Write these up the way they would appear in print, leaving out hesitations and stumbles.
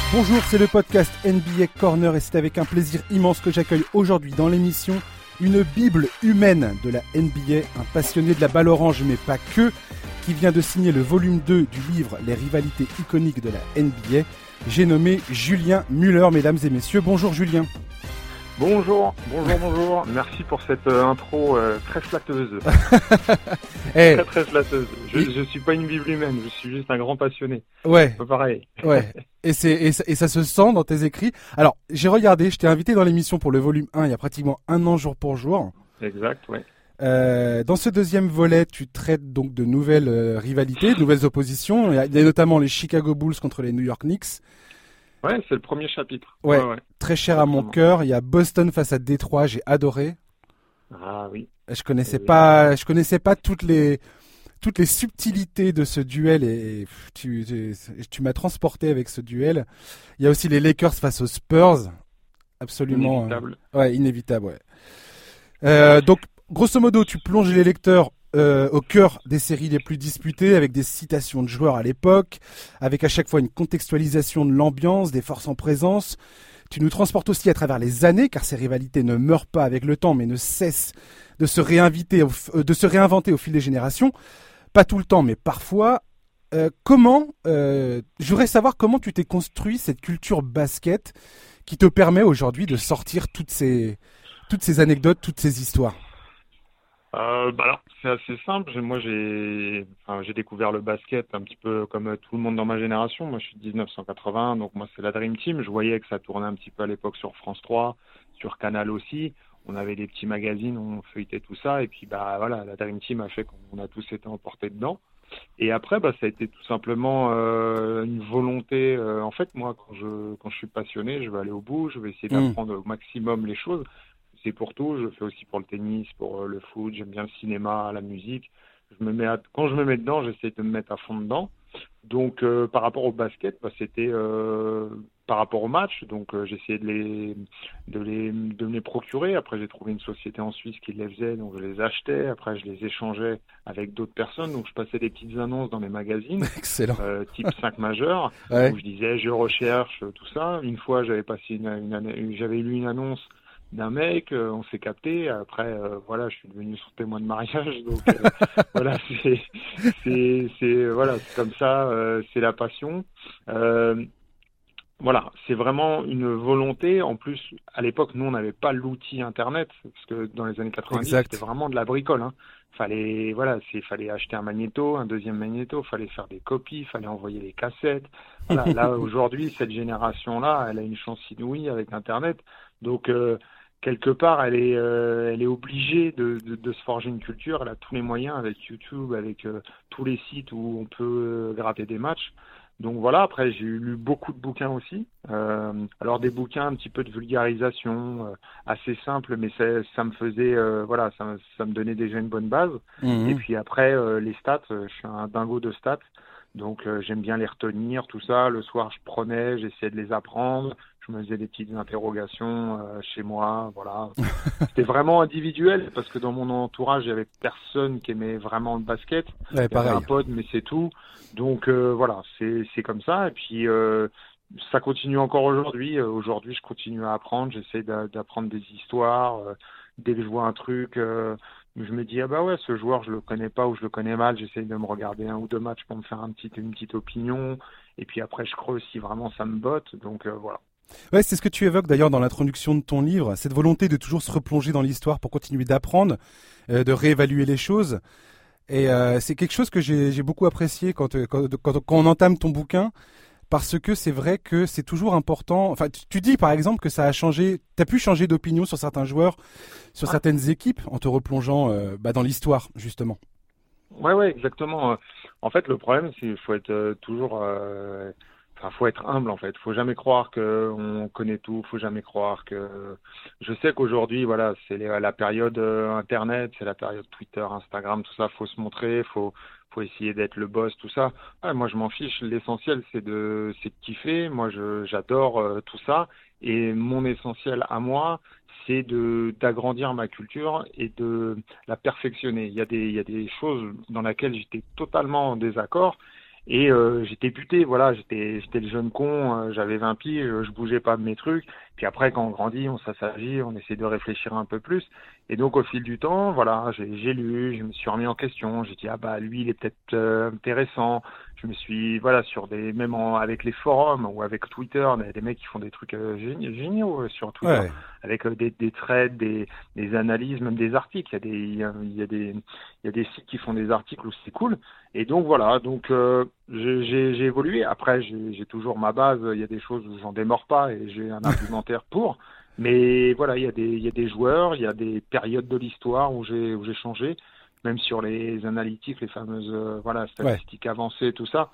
Bonjour, c'est le podcast NBA Corner et c'est avec un plaisir immense que j'accueille aujourd'hui dans l'émission une bible humaine de la NBA, un passionné de la balle orange mais pas que, qui vient de signer le volume 2 du livre Les rivalités iconiques de la NBA. J'ai nommé Julien Muller, mesdames et messieurs. Bonjour Julien. Bonjour. Merci pour cette intro très flatteuse. Très flatteuse. Je suis pas une bible humaine, je suis juste un grand passionné. Ouais. Pas pareil. Ouais. Et ça se sent dans tes écrits. Alors, j'ai regardé, je t'ai invité dans l'émission pour le volume 1 il y a pratiquement un an jour pour jour. Exact, ouais. Dans ce deuxième volet, tu traites donc de nouvelles rivalités, de nouvelles oppositions. Il y a notamment les Chicago Bulls contre les New York Knicks. Ouais, c'est le premier chapitre. Ouais. Très cher à mon cœur. Il y a Boston face à Détroit, j'ai adoré. Ah oui. Je connaissais pas toutes les subtilités de ce duel et tu m'as transporté avec ce duel. Il y a aussi les Lakers face aux Spurs. Absolument. Inévitable, ouais. Donc, grosso modo, tu plonges les lecteurs au cœur des séries les plus disputées, avec des citations de joueurs à l'époque, avec à chaque fois une contextualisation de l'ambiance, des forces en présence. Tu nous transportes aussi à travers les années, car ces rivalités ne meurent pas avec le temps, mais ne cessent de se réinventer au fil des générations. Pas tout le temps, mais parfois. Je voudrais savoir comment tu t'es construit cette culture basket qui te permet aujourd'hui de sortir toutes ces anecdotes, toutes ces histoires. Alors, c'est assez simple. Moi, j'ai découvert le basket un petit peu comme tout le monde dans ma génération. Moi, je suis de 1980, donc moi, c'est la Dream Team. Je voyais que ça tournait un petit peu à l'époque sur France 3, sur Canal aussi. On avait des petits magazines, on feuilletait tout ça. Et puis, voilà, la Dream Team a fait qu'on a tous été emportés dedans. Et après, ça a été tout simplement une volonté. En fait, moi, quand je suis passionné, je vais aller au bout, je vais essayer d'apprendre au maximum les choses. C'est pour tout, je fais aussi pour le tennis, pour le foot, j'aime bien le cinéma, la musique. Quand je me mets dedans, j'essaie de me mettre à fond dedans. Donc par rapport au basket, c'était par rapport au match, donc j'essayais de me les procurer. Après j'ai trouvé une société en Suisse qui les faisait, donc je les achetais. Après je les échangeais avec d'autres personnes, donc je passais des petites annonces dans les magazines. Excellent. Type 5 majeurs, ouais. Où je disais je recherche tout ça. Une fois j'avais passé j'avais lu une annonce d'un mec, on s'est capté. Après, je suis devenu son témoin de mariage. Donc voilà, c'est comme ça. C'est la passion. Voilà, c'est vraiment une volonté. En plus, à l'époque, nous, on n'avait pas l'outil Internet, parce que dans les années 90, exact. C'était vraiment de la bricole. Fallait acheter un magnéto, un deuxième magnéto, fallait faire des copies, fallait envoyer les cassettes. Voilà, là, aujourd'hui, cette génération-là, elle a une chance inouïe avec Internet. Donc, quelque part, elle est obligée de se forger une culture. Elle a tous les moyens avec YouTube, avec tous les sites où on peut gratter des matchs. Donc voilà, après j'ai lu beaucoup de bouquins aussi. Alors des bouquins un petit peu de vulgarisation, assez simples, mais ça me faisait, ça me donnait déjà une bonne base. Et puis après, les stats, je suis un dingo de stats. Donc j'aime bien les retenir, tout ça. Le soir, je prenais, j'essayais de les apprendre. Je me faisais des petites interrogations chez moi, voilà. C'était vraiment individuel parce que dans mon entourage, il y avait personne qui aimait vraiment le basket. Ouais, il y avait un pote, mais c'est tout. Donc voilà, c'est comme ça. Et puis ça continue encore aujourd'hui. Aujourd'hui, je continue à apprendre. J'essaie d'apprendre des histoires. Dès que je vois un truc, je me dis ce joueur je le connais pas ou je le connais mal. J'essaie de me regarder un ou deux matchs pour me faire une petite opinion. Et puis après, je creuse si vraiment ça me botte. Donc voilà. Ouais, c'est ce que tu évoques d'ailleurs dans l'introduction de ton livre, cette volonté de toujours se replonger dans l'histoire pour continuer d'apprendre, de réévaluer les choses. Et c'est quelque chose que j'ai beaucoup apprécié quand on entame ton bouquin, parce que c'est vrai que c'est toujours important. Enfin, tu dis par exemple que ça a changé, t'as pu changer d'opinion sur certains joueurs, sur certaines équipes, en te replongeant dans l'histoire justement. Ouais, exactement. En fait, le problème, c'est qu'il faut être toujours... faut être humble en fait. Faut jamais croire qu'on connaît tout. Faut jamais croire que. Je sais qu'aujourd'hui, voilà, c'est la période Internet, c'est la période Twitter, Instagram, tout ça. Faut se montrer, faut essayer d'être le boss, tout ça. Ouais, moi, je m'en fiche. L'essentiel, c'est de kiffer. Moi, j'adore tout ça. Et mon essentiel à moi, c'est d'agrandir ma culture et de la perfectionner. Il y a des choses dans lesquelles j'étais totalement en désaccord. Et j'étais buté, voilà, j'étais le jeune con, j'avais 20 piges, je bougeais pas de mes trucs. Puis après, quand on grandit, on s'assagit, on essaie de réfléchir un peu plus. Et donc, au fil du temps, voilà, j'ai lu, je me suis remis en question. J'ai dit, ah bah lui, il est peut-être intéressant. Je me suis, voilà, même avec les forums ou avec Twitter, il y a des mecs qui font des trucs géniaux sur Twitter, Ouais. avec des threads, des analyses, même des articles. Il y a des sites qui font des articles où c'est cool. Et donc voilà, donc j'ai évolué. Après, j'ai toujours ma base. Il y a des choses où j'en démords pas et j'ai un argumentaire pour. Mais voilà, il y a des joueurs, il y a des périodes de l'histoire où j'ai changé. Même sur les analytiques, les fameuses voilà Ouais. statistiques avancées, tout ça,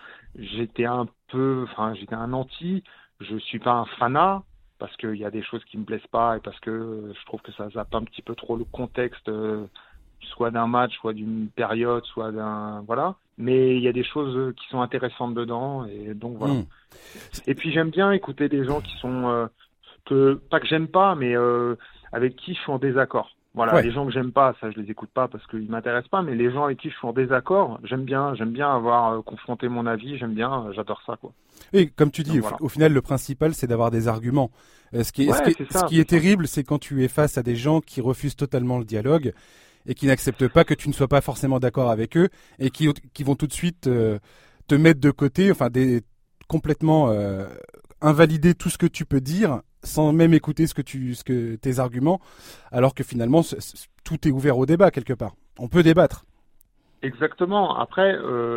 j'étais un anti. Je suis pas un fanat parce qu'il y a des choses qui me plaisent pas et parce que je trouve que ça zappe un petit peu trop le contexte. Soit d'un match, soit d'une période, soit d'un voilà. Mais il y a des choses qui sont intéressantes dedans et donc voilà. Hmm. Et puis j'aime bien écouter des gens qui sont que pas que j'aime pas, mais avec qui je suis en désaccord. Voilà, Ouais. les gens que j'aime pas, ça je les écoute pas parce qu'ils m'intéressent pas, mais les gens avec qui je suis en désaccord, j'aime bien avoir confronté mon avis, j'adore ça quoi. Et comme tu dis, Donc voilà. au final, le principal, c'est d'avoir des arguments. Ouais, c'est Ce ça, qui est c'est ça. terrible, c'est quand tu es face à des gens qui refusent totalement le dialogue et qui n'acceptent pas que tu ne sois pas forcément d'accord avec eux et qui vont tout de suite te mettre de côté, enfin, complètement invalider tout ce que tu peux dire sans même écouter tes arguments, alors que finalement, tout est ouvert au débat quelque part. On peut débattre. Exactement. Après,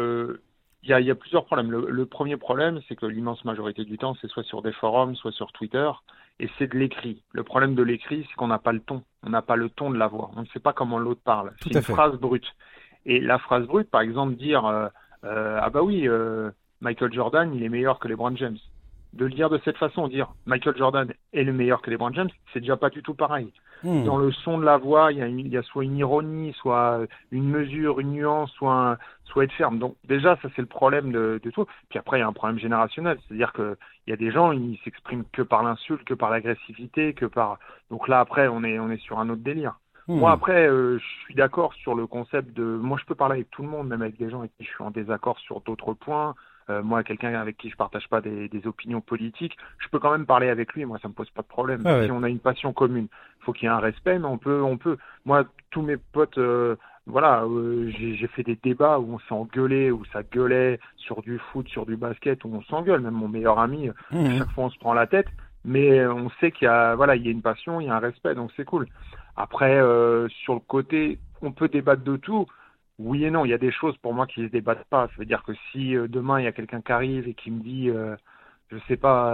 il y a plusieurs problèmes. Le premier problème, c'est que l'immense majorité du temps, c'est soit sur des forums, soit sur Twitter, et c'est de l'écrit. Le problème de l'écrit, c'est qu'on n'a pas le ton. On n'a pas le ton de la voix. On ne sait pas comment l'autre parle. Tout C'est à une fait. phrase brute. Et la phrase brute, par exemple, dire ah bah oui, Michael Jordan, il est meilleur que LeBron James. De le dire de cette façon, dire Michael Jordan est le meilleur que LeBron James, c'est déjà pas du tout pareil. Hmm. Dans le son de la voix, il y a soit une ironie, soit une mesure, une nuance, soit être ferme. Donc déjà, ça c'est le problème de tout. Puis après, il y a un problème générationnel, c'est-à-dire que il y a des gens, ils s'expriment que par l'insulte, que par l'agressivité, que par. Donc là, après, on est sur un autre délire. Moi, Hmm. après, je suis d'accord sur le concept de. Moi, je peux parler avec tout le monde, même avec des gens avec qui je suis en désaccord sur d'autres points. Moi, quelqu'un avec qui je partage pas des opinions politiques, je peux quand même parler avec lui. Moi, ça me pose pas de problème. Ouais, Si ouais. on a une passion commune, faut qu'il y ait un respect, mais on peut. Moi, tous mes potes, voilà, j'ai fait des débats où on s'est engueulé, où ça gueulait sur du foot, sur du basket, où on s'engueule. Même mon meilleur ami, à Hmm. chaque fois, on se prend la tête. Mais on sait qu'il y a, voilà, il y a une passion, il y a un respect, donc c'est cool. Après, sur le côté, on peut débattre de tout. Oui et non, il y a des choses pour moi qui ne se débattent pas. Ça veut dire que si demain il y a quelqu'un qui arrive et qui me dit, je sais pas,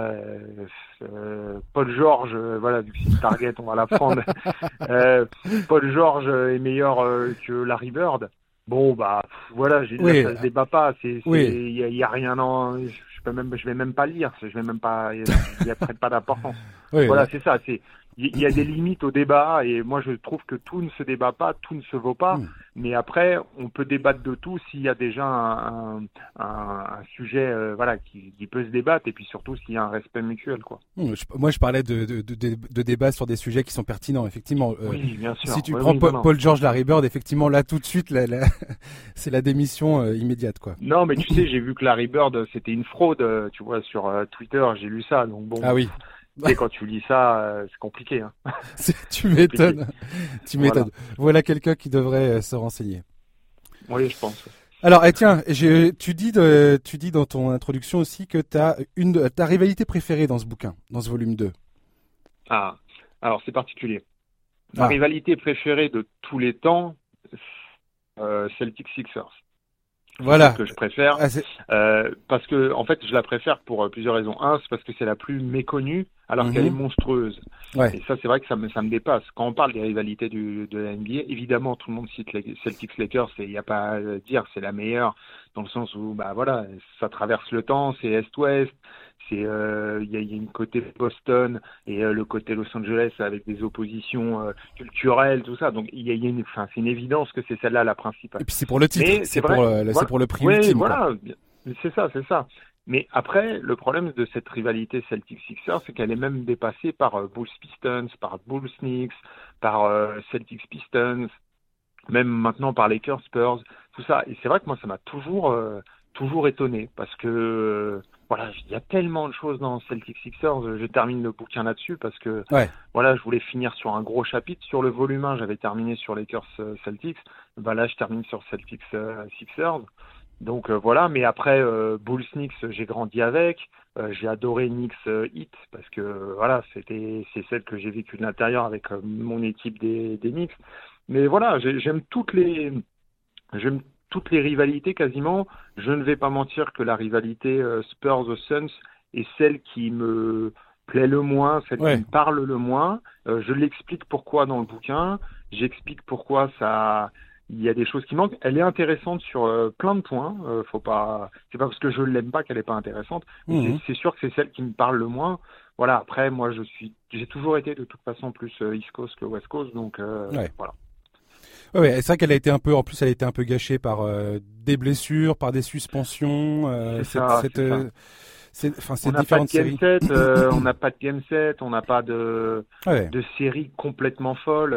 Paul George, voilà, vu que c'est une target, on va la prendre. Euh, Paul George est meilleur que Larry Bird. Bon bah voilà, là Oui, ça se débat pas. oui, Il y a rien en, je vais même pas lire, je vais même pas, il y a presque pas d'importance. oui. Voilà, c'est ça. Il y a des limites au débat et moi je trouve que tout ne se débat pas, tout ne se vaut pas. Hmm. Mais après, on peut débattre de tout s'il y a déjà un sujet, voilà, qui peut se débattre et puis surtout s'il y a un respect mutuel, quoi. Moi, je parlais de débats sur des sujets qui sont pertinents, effectivement. Oui, bien Si sûr. tu Oui, prends oui, non, non. Paul George, Larry Bird, effectivement, là, tout de suite, c'est la démission immédiate, quoi. Non, mais tu sais, j'ai vu que Larry Bird, c'était une fraude, tu vois, sur Twitter, j'ai lu ça. Donc bon, Ah oui, tu sais, quand tu lis ça, c'est compliqué, hein. tu C'est compliqué. m'étonnes. Tu Voilà. m'étonnes. Voilà quelqu'un qui devrait se renseigner. Oui, je pense. Alors, tiens, tu dis dans ton introduction aussi que tu as ta rivalité préférée dans ce bouquin, dans ce volume 2. Ah, alors c'est particulier. Ma Ah, rivalité préférée de tous les temps, Celtic Sixers. C'est celle voilà. que je préfère. Ah, Parce que, en fait, je la préfère pour plusieurs raisons. Un, c'est parce que c'est la plus méconnue, alors qu'elle est mhm. monstrueuse. Ouais. Et ça, c'est vrai que ça me dépasse. Quand on parle des rivalités de la NBA, évidemment, tout le monde cite les Celtics Lakers, il n'y a pas à dire, c'est la meilleure, dans le sens où, bah voilà, ça traverse le temps, c'est Est-Ouest, il y a une côté Boston et le côté Los Angeles avec des oppositions culturelles, tout ça. Donc, il y a enfin, c'est une évidence que c'est celle-là la principale. Et puis c'est pour le titre, Mais c'est vrai, c'est voilà. pour le prix Oui, ultime, quoi. voilà, c'est ça, c'est ça. Mais après, le problème de cette rivalité Celtics-Sixers, c'est qu'elle est même dépassée par Bulls-Pistons, par Bulls-Knicks, par Celtics-Pistons, même maintenant par Lakers-Spurs, tout ça. Et c'est vrai que moi, ça m'a toujours toujours étonné parce que voilà, il y a tellement de choses dans Celtics Sixers. Je termine le bouquin là-dessus parce que Ouais. voilà, je voulais finir sur un gros chapitre. Sur le volume 1, j'avais terminé sur Lakers Celtics. Bah là, je termine sur Celtics Sixers. Donc voilà, mais après Bulls Knicks, j'ai grandi avec. J'ai adoré Knicks Heat parce que voilà, c'est celle que j'ai vécue de l'intérieur avec mon équipe des Knicks. Mais voilà, j'aime toutes les rivalités quasiment. Je ne vais pas mentir que la rivalité Spurs-Suns est celle qui me plaît le moins, celle qui Ouais. me parle le moins. Je l'explique pourquoi dans le bouquin. J'explique pourquoi il y a des choses qui manquent. Elle est intéressante sur plein de points. C'est pas parce que je l'aime pas qu'elle est pas intéressante, mais Mhm. c'est sûr que c'est celle qui me parle le moins. Voilà. Après, moi, j'ai toujours été de toute façon plus East Coast que West Coast, donc Ouais. voilà. Ouais, c'est vrai qu'elle a été un peu, en plus, elle a été un peu gâchée par des blessures, par des suspensions, C'est ça, c'est ça. enfin, On ces n'a pas de différentes game séries. set, on n'a pas de game set, on n'a pas Ouais. de série complètement folle.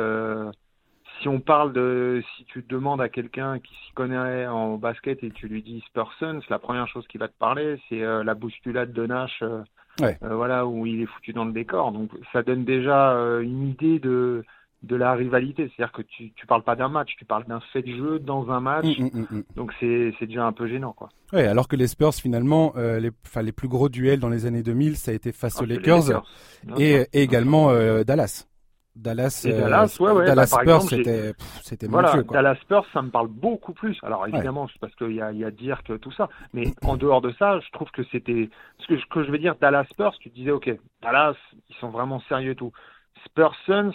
Si tu demandes à quelqu'un qui s'y connaît en basket et tu lui dis Spurs Suns, la première chose qu'il va te parler, c'est la bousculade de Nash, Ouais. voilà, où il est foutu dans le décor. Donc ça donne déjà une idée de la rivalité. C'est-à-dire que tu parles pas d'un match, tu parles d'un fait de jeu dans un match. Mm. Donc c'est déjà un peu gênant, quoi. Ouais, alors que les Spurs, finalement, les plus gros duels dans les années 2000, ça a été face Ah, aux c'est les Lakers Lakers, bien sûr, et bien sûr. également Dallas. Dallas, Et Dallas, ouais, Dallas par Spurs, exemple, c'était voilà, monstrueux, quoi. Dallas Spurs, ça me parle beaucoup plus. Alors Ouais. évidemment, c'est parce qu'il y a Dirk, tout ça. Mais en dehors de ça, je trouve que c'était... Ce que je veux dire, Dallas Spurs, tu te disais, ok, Dallas, ils sont vraiment sérieux et tout. Spurs Suns,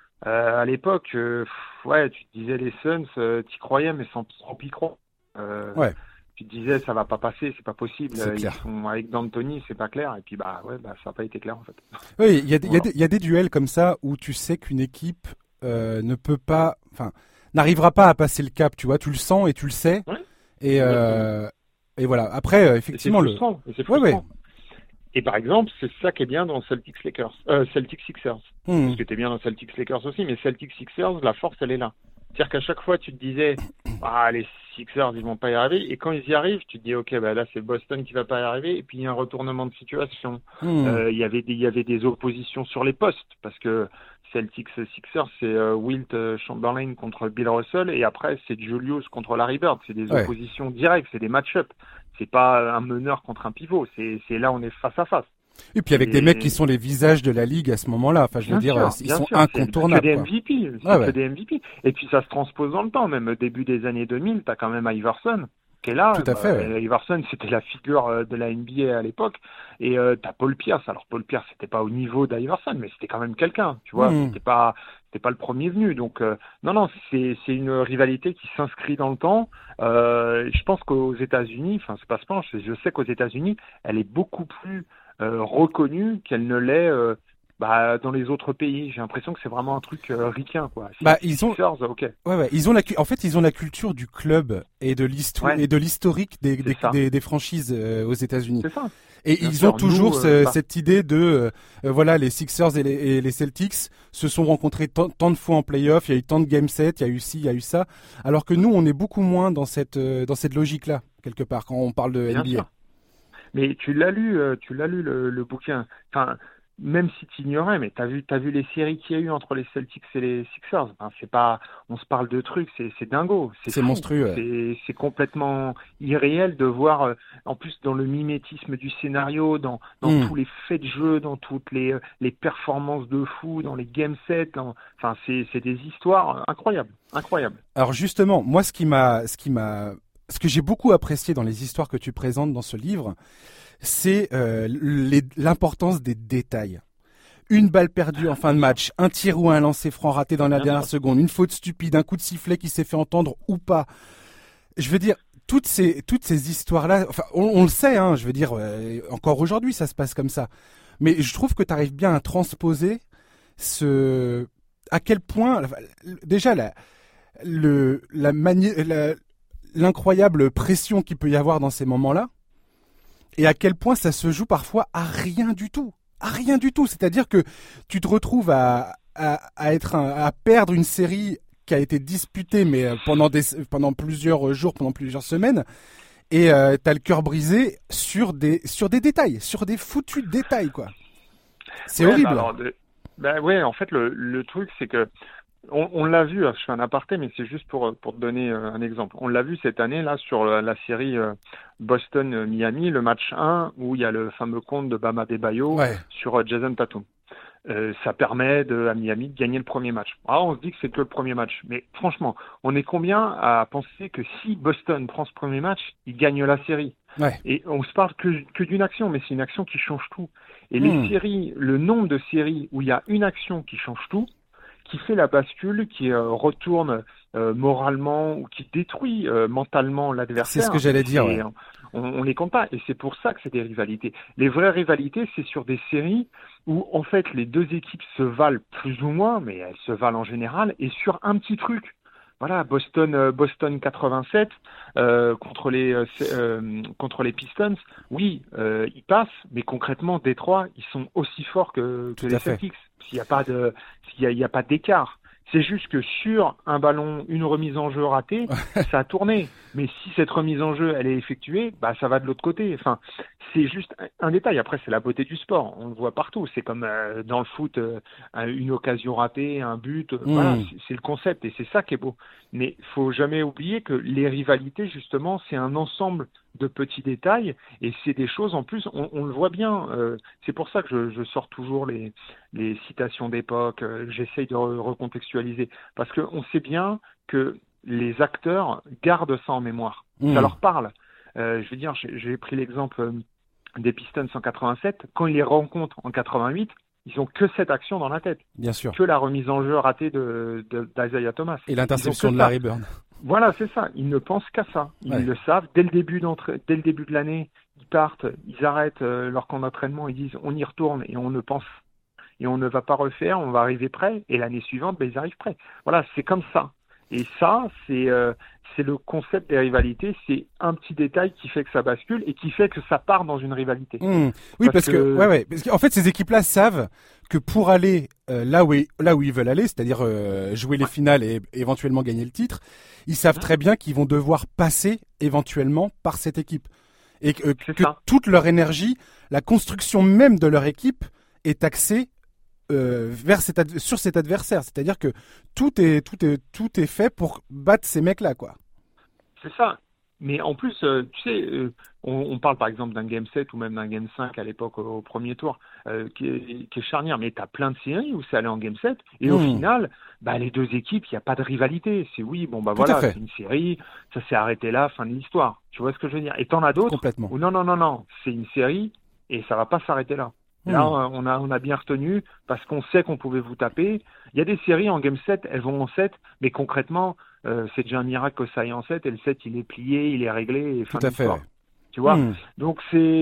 à l'époque, ouais, tu te disais les Suns, t'y croyais, mais sans trop y croire. Ouais, Tu te disais, ça va pas passer, c'est pas possible. c'est Ils clair. sont avec D'Antoni, c'est pas clair. Et puis, bah ouais, bah ça n'a pas été clair, en fait. Oui, il y a, Voilà. il y a des duels comme ça où tu sais qu'une équipe ne peut pas, enfin, n'arrivera pas à passer le cap, tu vois, tu le sens et tu le sais. Ouais, Et, exactement. et voilà. Après, Et c'est effectivement, frustrant, et c'est ouais, ouais. frustrant. Et par exemple, c'est ça qui est bien dans Celtics Lakers, Celtics Sixers. Hmm. Parce que t'es bien dans Celtics Lakers aussi, mais Celtics Sixers, la force, elle est là. C'est-à-dire qu'à chaque fois, tu te disais, ah, les Sixers, ils vont pas y arriver. Et quand ils y arrivent, tu te dis, ok, bah là, c'est Boston qui va pas y arriver. Et puis, il y a un retournement de situation. Hmm. Il y avait des oppositions sur les postes. Parce que Celtics Sixers, c'est Wilt Chamberlain contre Bill Russell. Et après, c'est Julius contre Larry Bird. C'est des Ouais. oppositions directes, c'est des match-ups. C'est pas un meneur contre un pivot. C'est là, on est face à face. Et puis avec des Et mecs qui sont les visages de la ligue à ce moment-là. Enfin, je veux dire, ils bien sont sûr, c'est que incontournables, des quoi. MVP, Ah c'est que ouais, des MVP. Et puis ça se transpose dans le temps, même au début des années 2000, t'as quand même Iverson qui est là. tout à fait. Ouais. Iverson, c'était la figure de la NBA à l'époque. Et t'as Paul Pierce. Alors Paul Pierce, c'était pas au niveau d'Iverson, mais c'était quand même quelqu'un, tu vois. Hmm. C'était pas le premier venu. Donc non, c'est une rivalité qui s'inscrit dans le temps. Je pense qu'aux États-Unis, enfin c'est pas ce penche, je sais qu'aux États-Unis, elle est beaucoup plus reconnue qu'elle ne l'est dans les autres pays. J'ai l'impression que c'est vraiment un truc ricain, quoi. Bah, ils ont, Sixers, ok, ouais, ils ont en fait, ils ont la culture du club et de l'histoire ouais, et de l'historique c'est ça, des franchises aux États-Unis. c'est ça. Et Bien ils ont sûr, toujours nous, cette idée de, voilà, les Sixers et les Celtics se sont rencontrés tant de fois en playoff, il y a eu tant de game sets, il y a eu ci, il y a eu ça. Alors que nous, on est beaucoup moins dans cette logique-là, quelque part, quand on parle de bien NBA. sûr. Mais tu l'as lu le bouquin. Enfin, même si tu ignorais, mais t'as vu les séries qu'il y a eu entre les Celtics et les Sixers. Enfin, c'est pas, on se parle de trucs, c'est dingo, c'est C'est fou, monstrueux. Ouais. c'est complètement irréel de voir, en plus dans le mimétisme du scénario, dans Hmm. tous les faits de jeu, dans toutes les performances de fou, dans les game sets, enfin c'est des histoires incroyables, incroyables. Alors justement, moi, ce que j'ai beaucoup apprécié dans les histoires que tu présentes dans ce livre, c'est l'importance des détails. Une balle perdue en fin de match, un tir ou un lancer franc raté dans la Bien dernière sûr. seconde, une faute stupide, un coup de sifflet qui s'est fait entendre ou pas. Je veux dire, toutes ces histoires-là, enfin, on le sait, hein, je veux dire, encore aujourd'hui, ça se passe comme ça. Mais je trouve que tu arrives bien à transposer à quel point, déjà, l'incroyable pression qu'il peut y avoir dans ces moments-là, et à quel point ça se joue parfois à rien du tout. À rien du tout. C'est-à-dire que tu te retrouves à perdre une série qui a été disputée mais pendant plusieurs jours, pendant plusieurs semaines, Et t'as le cœur brisé sur des détails, sur des foutus détails, quoi. C'est horrible. Ouais, en fait, le truc, c'est que on l'a vu, je fais un aparté, mais c'est juste pour te donner un exemple. On l'a vu cette année, là, sur la série Boston-Miami, le match 1, où il y a le fameux compte de Bam Adebayo sur Jason Tatum. Ça permet à Miami de gagner le premier match. Alors, on se dit que c'est que le premier match. Mais franchement, on est combien à penser que si Boston prend ce premier match, il gagne la série? Et on se parle que d'une action, mais c'est une action qui change tout. Et les séries, le nombre de séries où il y a une action qui change tout, qui fait la bascule, qui retourne moralement ou qui détruit mentalement l'adversaire. C'est ce que j'allais dire. Ouais. On les compte pas. Et c'est pour ça que c'est des rivalités. Les vraies rivalités, c'est sur des séries où en fait les deux équipes se valent plus ou moins, mais elles se valent en général, et sur un petit truc. Voilà, Boston 87 contre les Pistons. Oui, ils passent, mais concrètement, Détroit, ils sont aussi forts que les Celtics. S'il n'y a pas d'écart. C'est juste que sur un ballon, une remise en jeu ratée, ça a tourné. Mais si cette remise en jeu, elle est effectuée, bah ça va de l'autre côté. Enfin, c'est juste un détail. Après, c'est la beauté du sport. On le voit partout. C'est comme dans le foot, une occasion ratée, un but. Voilà, c'est le concept et c'est ça qui est beau. Mais faut jamais oublier que les rivalités, justement, c'est un ensemble de petits détails et c'est des choses en plus on le voit bien, c'est pour ça que je sors toujours les citations d'époque, j'essaye de recontextualiser parce que on sait bien que les acteurs gardent ça en mémoire, ça leur parle. Je veux dire, j'ai pris l'exemple des Pistons en 87, quand ils les rencontrent en 88, ils ont que cette action dans la tête. Bien sûr. Que la remise en jeu ratée d'Isaiah Thomas. Et l'interception de Larry Bird. Voilà, c'est ça. Ils ne pensent qu'à ça. Ils le savent. Dès le début de l'année, ils partent, ils arrêtent leur camp d'entraînement, ils disent on y retourne et on ne pense et on ne va pas refaire, on va arriver prêt. Et l'année suivante, ils arrivent prêts. Voilà, c'est comme ça. Et ça, c'est le concept des rivalités. C'est un petit détail qui fait que ça bascule et qui fait que ça part dans une rivalité. Oui, parce qu'en fait, ces équipes-là savent que pour aller là où ils veulent aller, c'est-à-dire jouer les finales et éventuellement gagner le titre, ils savent très bien qu'ils vont devoir passer éventuellement par cette équipe. Et que toute leur énergie, la construction même de leur équipe est axée sur cet adversaire. C'est-à-dire que tout est fait pour battre ces mecs-là, quoi. C'est ça. Mais en plus, tu sais, on parle par exemple d'un Game 7 ou même d'un Game 5 à l'époque au premier tour, qui est charnière. Mais tu as plein de séries où c'est allé en Game 7 et au final, les deux équipes, il n'y a pas de rivalité. C'est c'est une série, ça s'est arrêté là, fin de l'histoire. Tu vois ce que je veux dire? Et t'en as d'autres complètement. Où non, c'est une série et ça va pas s'arrêter là. Là, on a bien retenu parce qu'on sait qu'on pouvait vous taper. Il y a des séries en Game 7, elles vont en 7, mais concrètement, c'est déjà un miracle que ça aille en 7 et le 7, il est plié, il est réglé et fin de l'histoire. Tu vois? Donc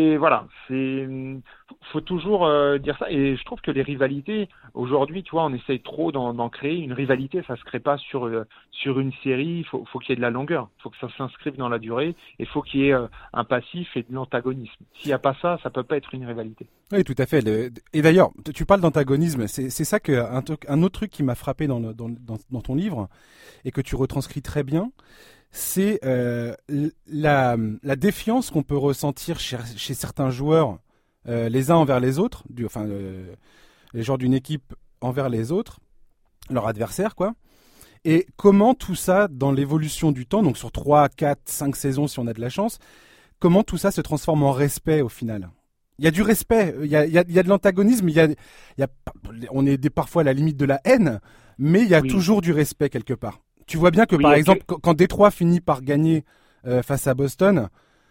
faut toujours dire ça. Et je trouve que les rivalités, aujourd'hui, tu vois, on essaye trop d'en créer. Une rivalité, ça se crée pas sur une série. Faut qu'il y ait de la longueur. Faut que ça s'inscrive dans la durée. Et faut qu'il y ait un passif et de l'antagonisme. S'il n'y a pas ça, ça peut pas être une rivalité. Oui, tout à fait. Et d'ailleurs, tu parles d'antagonisme. C'est ça un autre truc qui m'a frappé dans ton livre et que tu retranscris très bien. C'est la défiance qu'on peut ressentir chez certains joueurs, les uns envers les autres, les joueurs d'une équipe envers les autres, leur adversaire, quoi. Et comment tout ça, dans l'évolution du temps, donc sur 3, 4, 5 saisons si on a de la chance, comment tout ça se transforme en respect au final? Il y a du respect, il y a de l'antagonisme, on est parfois à la limite de la haine, mais il y a toujours du respect quelque part. Tu vois bien que par exemple, quand Détroit finit par gagner face à Boston,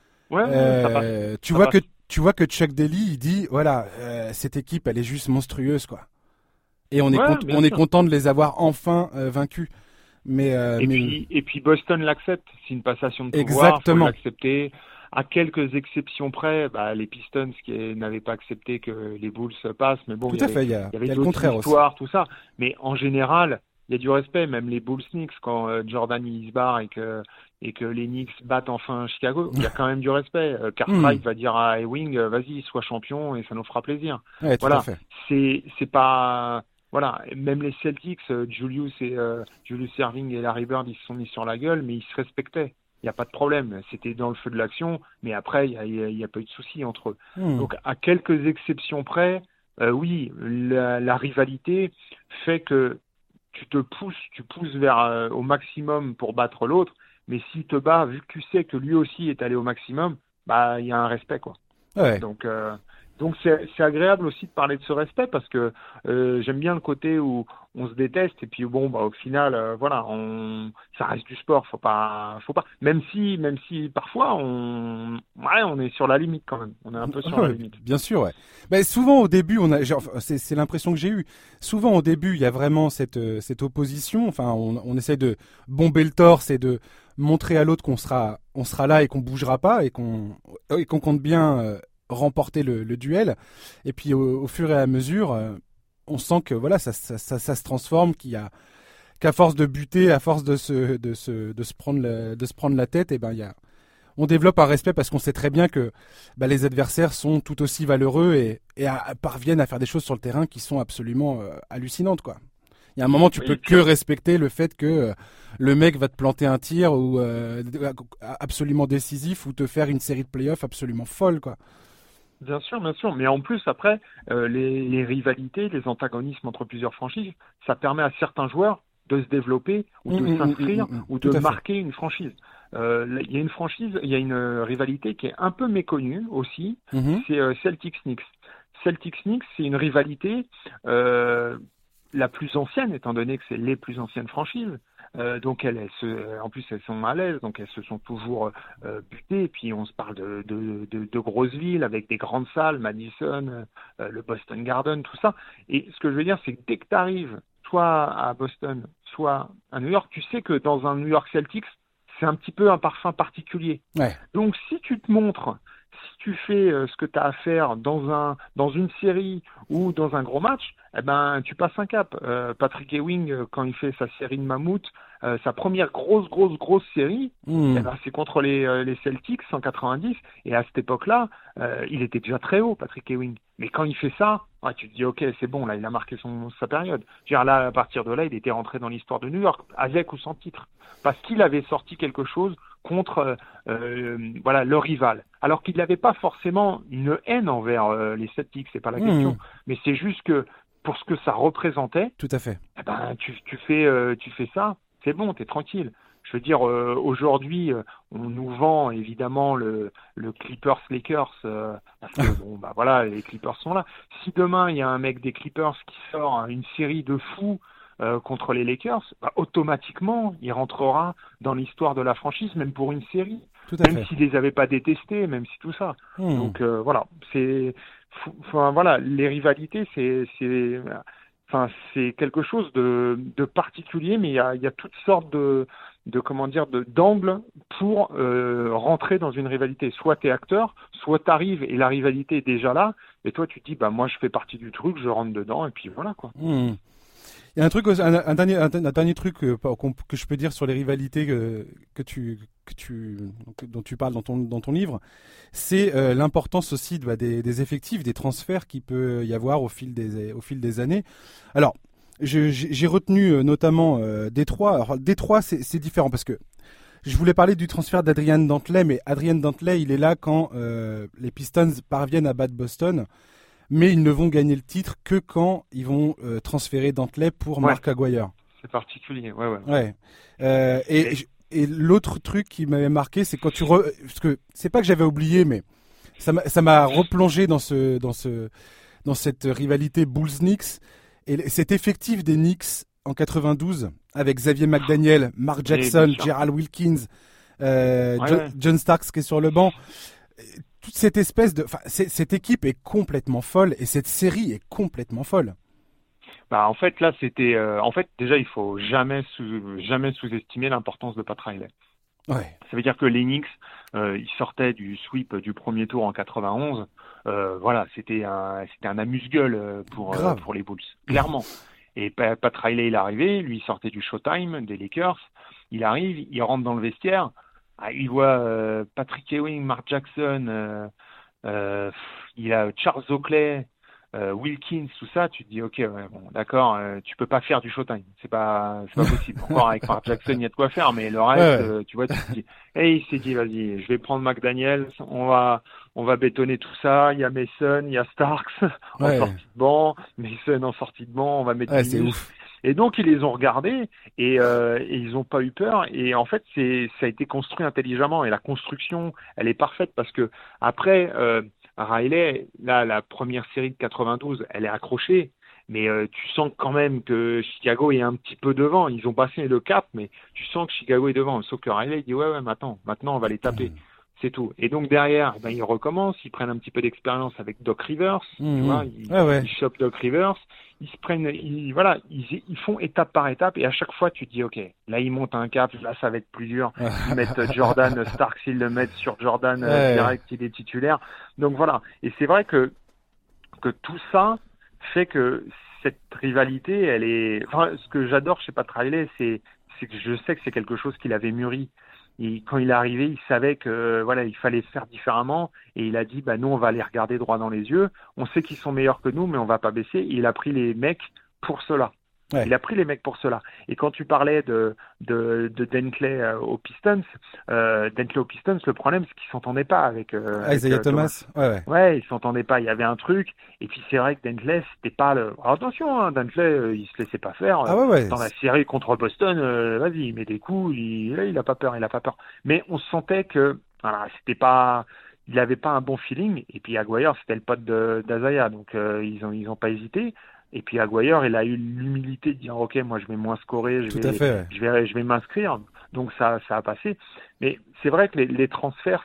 tu vois que Chuck Daly il dit voilà, cette équipe elle est juste monstrueuse, quoi. Et on est content de les avoir enfin vaincus. Et puis Boston l'accepte, c'est une passation de pouvoir, exactement. Faut l'accepter. À quelques exceptions près, les Pistons qui n'avaient pas accepté que les Bulls passent, mais bon, il y avait d'autres histoires, tout ça. Mais en général, il y a du respect, même les Bulls Knicks, quand Jordan il se barre et que les Knicks battent enfin Chicago, il y a quand même du respect. Cartwright va dire à Ewing, vas-y, sois champion et ça nous fera plaisir. Ouais, voilà, c'est pas... Voilà, même les Celtics, Julius Erving et Larry Bird, ils se sont mis sur la gueule, mais ils se respectaient. Il n'y a pas de problème. C'était dans le feu de l'action, mais après, il y a pas eu de souci entre eux. Donc, à quelques exceptions près, oui, la rivalité fait que tu pousses vers au maximum pour battre l'autre, mais s'il te bat, vu que tu sais que lui aussi est allé au maximum, bah il y a un respect quoi. Ouais. Donc, euh, donc c'est agréable aussi de parler de ce respect parce que j'aime bien le côté où on se déteste et puis bon bah au final voilà ça reste du sport faut pas même si parfois on est sur la limite quand même on est un peu sur la Ouais, limite. bien sûr, ouais. Ben, souvent au début, enfin, c'est l'impression que j'ai eue. Souvent au début, il y a vraiment cette opposition. Enfin, on essaie de bomber le torse et de montrer à l'autre on sera là et qu'on bougera pas et qu'on compte bien remporter le duel. Et puis au fur et à mesure, on sent que voilà, ça se transforme, qu'à force de buter, à force de se prendre la tête, et ben on développe un respect parce qu'on sait très bien que les adversaires sont tout aussi valeureux et parviennent à faire des choses sur le terrain qui sont absolument hallucinantes, quoi. Il y a un moment, tu peux Oui, que respecter le fait que le mec va te planter un tir ou absolument décisif ou te faire une série de playoffs absolument folle, quoi. bien sûr, mais en plus après les rivalités, les antagonismes entre plusieurs franchises, ça permet à certains joueurs de se développer ou de s'inscrire ou Tout de à fait. marquer une franchise. Il y a une franchise, il y a une rivalité qui est un peu méconnue aussi, Mhm. c'est Celtics-Knicks. Celtics-Knicks, c'est une rivalité euh, la plus ancienne, étant donné que c'est les plus anciennes franchises. Donc en plus elles sont à l'aise, donc elles se sont toujours butées. Et puis on se parle de grosses villes avec des grandes salles, Madison, le Boston Garden, tout ça. Et ce que je veux dire, c'est que dès que tu arrives soit à Boston, soit à New York, tu sais que dans un New York Celtics, c'est un petit peu un parfum particulier. Ouais. Donc si tu te montres, si tu fais ce que tu as à faire dans une série ou dans un gros match, eh ben tu passes un cap. Patrick Ewing, quand il fait sa série de Mammouth, sa première grosse série, eh Mhm. ben, c'est contre les Celtics 190. Et à cette époque-là, il était déjà très haut, Patrick Ewing. Mais quand il fait ça, ouais, tu te dis ok, c'est bon, là il a marqué sa période. Je veux dire, là, à partir de là, il était rentré dans l'histoire de New York, avec ou sans titre, parce qu'il avait sorti quelque chose contre voilà le rival. Alors qu'il n'avait pas forcément une haine envers les Celtics, c'est pas la question, Mhm. mais c'est juste que pour ce que ça représentait, Tout à fait. eh ben tu fais ça, c'est bon, t'es tranquille. Je veux dire, aujourd'hui, on nous vend évidemment le Clippers Lakers parce que bon bah voilà, les Clippers sont là. Si demain il y a un mec des Clippers qui sort une série de fous contre les Lakers, bah, automatiquement il rentrera dans l'histoire de la franchise, même pour une série, Tout à même fait. s'ils les avaient pas détestés, même si tout ça. Mhm. Donc voilà, enfin voilà, les rivalités, enfin, c'est quelque chose de particulier, mais il y a toutes sortes comment dire, d'angles pour rentrer dans une rivalité. Soit tu es acteur, soit tu arrives et la rivalité est déjà là, et toi tu te dis, bah moi je fais partie du truc, je rentre dedans, et puis voilà quoi. Mhm. Il y a un truc, un dernier truc que je peux dire sur les rivalités dont tu parles dans ton livre, c'est l'importance aussi des effectifs, des transferts qu'il peut y avoir au fil des années. Alors, j'ai retenu notamment Détroit. Alors, Détroit, c'est différent parce que je voulais parler du transfert d'Adrian Dantley, mais Adrian Dantley, il est là quand les Pistons parviennent à battre Boston. Mais ils ne vont gagner le titre que quand ils vont transférer Dantley pour Ouais, Mark Aguirre. c'est particulier, ouais, ouais. Ouais. Et, Et l'autre truc qui m'avait marqué, c'est quand parce que c'est pas que j'avais oublié, mais ça m'a replongé dans cette rivalité Bulls-Knicks et cet effectif des Knicks en 92 avec Xavier McDaniel, Mark et bien Jackson, sûr. Gerald Wilkins, Ouais, ouais. John Starks qui est sur le banc. Toute cette cette équipe est complètement folle et cette série est complètement folle. Bah, en fait, là, c'était. En fait, déjà, il faut jamais sous-estimer l'importance de Pat Riley. Ouais, Ça veut dire que les Knicks, ils sortaient du sweep du premier tour en 91. Voilà, c'était un amuse-gueule grave. pour les Bulls, clairement. Et Pat Riley, il est arrivé, lui, il sortait du Showtime des Lakers. Il arrive, il rentre dans le vestiaire. Ah, il voit Patrick Ewing, Mark Jackson, il a Charles Oakley, Wilkins, tout ça, tu te dis ok, ouais, bon, d'accord, tu peux pas faire du Showtime, c'est pas possible. Encore avec Mark Jackson, il y a de quoi faire, mais le Ouais, reste, ouais. tu vois, tu te dis, et il s'est dit, vas-y, je vais prendre McDaniels, on va bétonner tout ça. Il y a Mason, il y a Starks en Ouais, sortie de banc, Mason en sortie de banc, on va mettre ouais, du c'est muscle. ouf. Et donc ils les ont regardés et ils ont pas eu peur. Et en fait, ça a été construit intelligemment. Et la construction, elle est parfaite parce que après. Riley, là, la première série de 92, elle est accrochée, mais tu sens quand même que Chicago est un petit peu devant. Ils ont passé le cap, mais tu sens que Chicago est devant. Sauf que Riley il dit ouais, maintenant on va les taper. C'est tout. Et donc derrière, ben, ils recommencent, ils prennent un petit peu d'expérience avec Doc Rivers, tu vois, Ouais, ouais. ils chopent Doc Rivers, ils se prennent, voilà, ils font étape par étape, et à chaque fois tu te dis ok, là ils montent un cap, là ça va être plus dur, ils mettent Jordan Starks, ils le mettent sur Jordan Ouais. direct, il est titulaire. Donc voilà, et c'est vrai que tout ça fait que cette rivalité, elle est, enfin, ce que j'adore chez Pat Riley, c'est que je sais que c'est quelque chose qu'il avait mûri. Et quand il est arrivé, il savait que voilà, il fallait faire différemment et il a dit bah nous on va les regarder droit dans les yeux. On sait qu'ils sont meilleurs que nous, mais on va pas baisser. Et il a pris les mecs pour cela. Ouais. Il a pris les mecs pour cela. Et quand tu parlais de Dentley aux Pistons, le problème c'est qu'ils s'entendaient pas avec Isaiah Thomas. Thomas. Ouais, ouais. Ouais, ils s'entendaient pas. Il y avait un truc. Et puis c'est vrai que Dentley, c'était pas le. Alors, attention, hein, Dentley, il se laissait pas faire. Ah ouais, ouais. Dans la série contre Boston, vas-y, il met des coups. Il a pas peur, il a pas peur. Mais on sentait que, voilà, c'était pas. Il avait pas un bon feeling. Et puis Aguirre, c'était le pote d'Azaya, donc ils ont pas hésité. Et puis Aguirre, il a eu l'humilité de dire ok, moi je vais moins scorer, Tout à fait, ouais. je vais m'inscrire. Donc ça a passé. Mais c'est vrai que les transferts,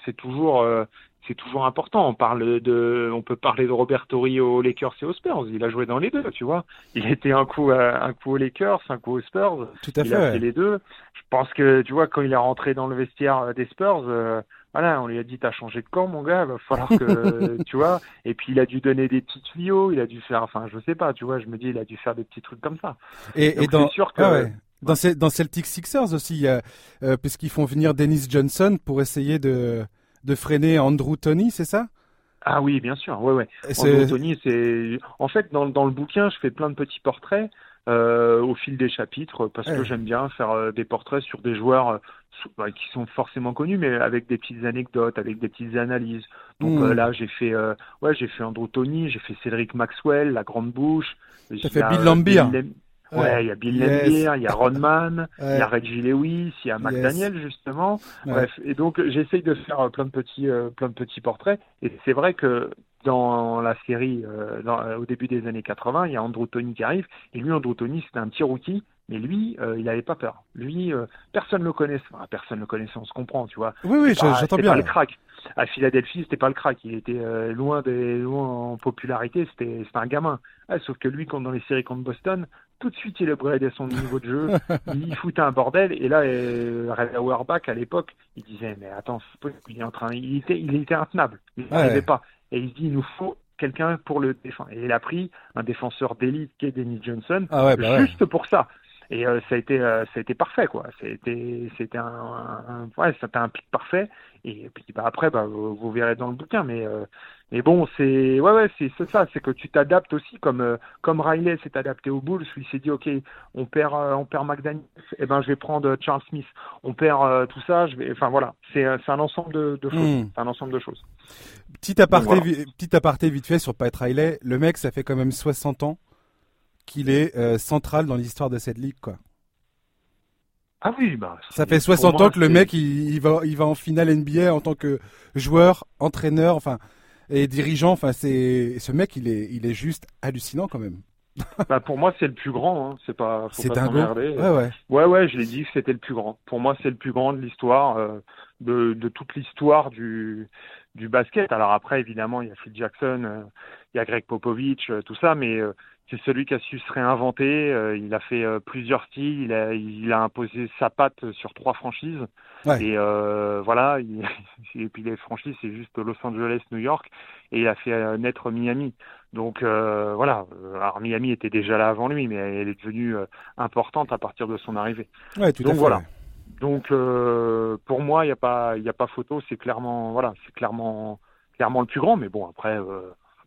c'est toujours important. On peut parler de Robert Torrey aux Lakers et aux Spurs. Il a joué dans les deux, tu vois. Il était un coup aux Lakers, un coup aux Spurs. Tout à Il fait, a fait ouais. les deux. Je pense que, tu vois, quand il est rentré dans le vestiaire des Spurs, voilà, on lui a dit t'as changé de camp, mon gars. Va falloir que, tu vois. Et puis il a dû donner des petits tuyaux. Il a dû faire, enfin, je sais pas, tu vois. Je me dis, il a dû faire des petits trucs comme ça. Et Donc c'est dans, sûr ah que, ouais. ouais. Dans Celtic Sixers aussi, il y a, puisqu'ils font venir Dennis Johnson pour essayer de freiner Andrew Toney, c'est ça? Ah oui, bien sûr, ouais, ouais. Andrew C'est, Toney, c'est en fait dans le bouquin, je fais plein de petits portraits au fil des chapitres parce que ouais. j'aime bien faire des portraits sur des joueurs qui sont forcément connus, mais avec des petites anecdotes, avec des petites analyses. Donc Hmm. là, j'ai fait Andrew Toney, j'ai fait Cédric Maxwell, la grande bouche. T'as Il y fait Bill a Laimbeer. Ouais. Ouais, il y a Bill Yes. Laimbeer, il y a Rodman, il y a Ouais. Reggie Lewis, il y a Yes. McDaniel justement. Ouais. Bref, et donc j'essaye de faire plein de petits portraits. Et c'est vrai que dans la série, au début des années 80, il y a Andrew Toney qui arrive. Et lui, Andrew Toney, c'était un petit rookie. Mais lui, il n'avait pas peur. Lui, personne le connaissait. Enfin, personne le connaissait, on se comprend, tu vois. Oui, oui, j'entends C'était pas bien. le crack. À Philadelphie, c'était pas le crack. Il était loin en popularité. C'était un gamin. Ah, sauf que lui, quand dans les séries contre Boston, tout de suite, il upgradait son niveau de jeu. Il foutait un bordel. Et là, Ray Auerbach, à l'époque, il disait, mais attends, c'est pas possible, il était intenable. Il n'arrivait Ouais. pas. Et il se dit, il nous faut quelqu'un pour le défendre. Et il a pris un défenseur d'élite qui est Dennis Johnson, Ah ouais, bah ouais. juste pour ça. Et ça a été parfait, quoi. Ouais, c'était un pic parfait. Et puis bah, après, bah, vous verrez dans le bouquin. Mais bon, c'est ça, c'est que tu t'adaptes aussi, comme Riley s'est adapté aux Bulls, où il s'est dit, ok, on perd McDaniels, eh ben je vais prendre Charles Smith. On perd tout ça, enfin voilà, c'est un ensemble de choses. Hmm. C'est un ensemble de choses. Donc voilà. Petit aparté vite fait sur Pat Riley. Le mec, ça fait quand même 60 ans qu'il est central dans l'histoire de cette ligue, quoi. Ah oui, bah Ça fait pour 60 ans moi que le c'est. mec, il va en finale NBA en tant que joueur, entraîneur, enfin, et dirigeant. Enfin, ce mec, il est juste hallucinant quand même. Bah pour moi c'est le plus grand, hein. C'est pas, faut C'est pas dingo. s'emmerder. Ouais, ouais. Ouais, je l'ai dit que c'était le plus grand. Pour moi c'est le plus grand de l'histoire, de toute l'histoire du basket. Alors après évidemment il y a Phil Jackson, il y a Greg Popovich, tout ça, mais c'est celui qui a su se réinventer. Il a fait plusieurs styles, il a imposé sa patte sur 3 franchises. Ouais. Et voilà, et puis les franchises c'est juste Los Angeles, New York, et il a fait naître Miami. Donc voilà, alors Miami était déjà là avant lui, mais elle est devenue importante à partir de son arrivée. Ouais, tout à Donc fait. voilà. Ouais. Donc pour moi, il y a pas photo. C'est clairement, voilà, c'est clairement le plus grand. Mais bon, après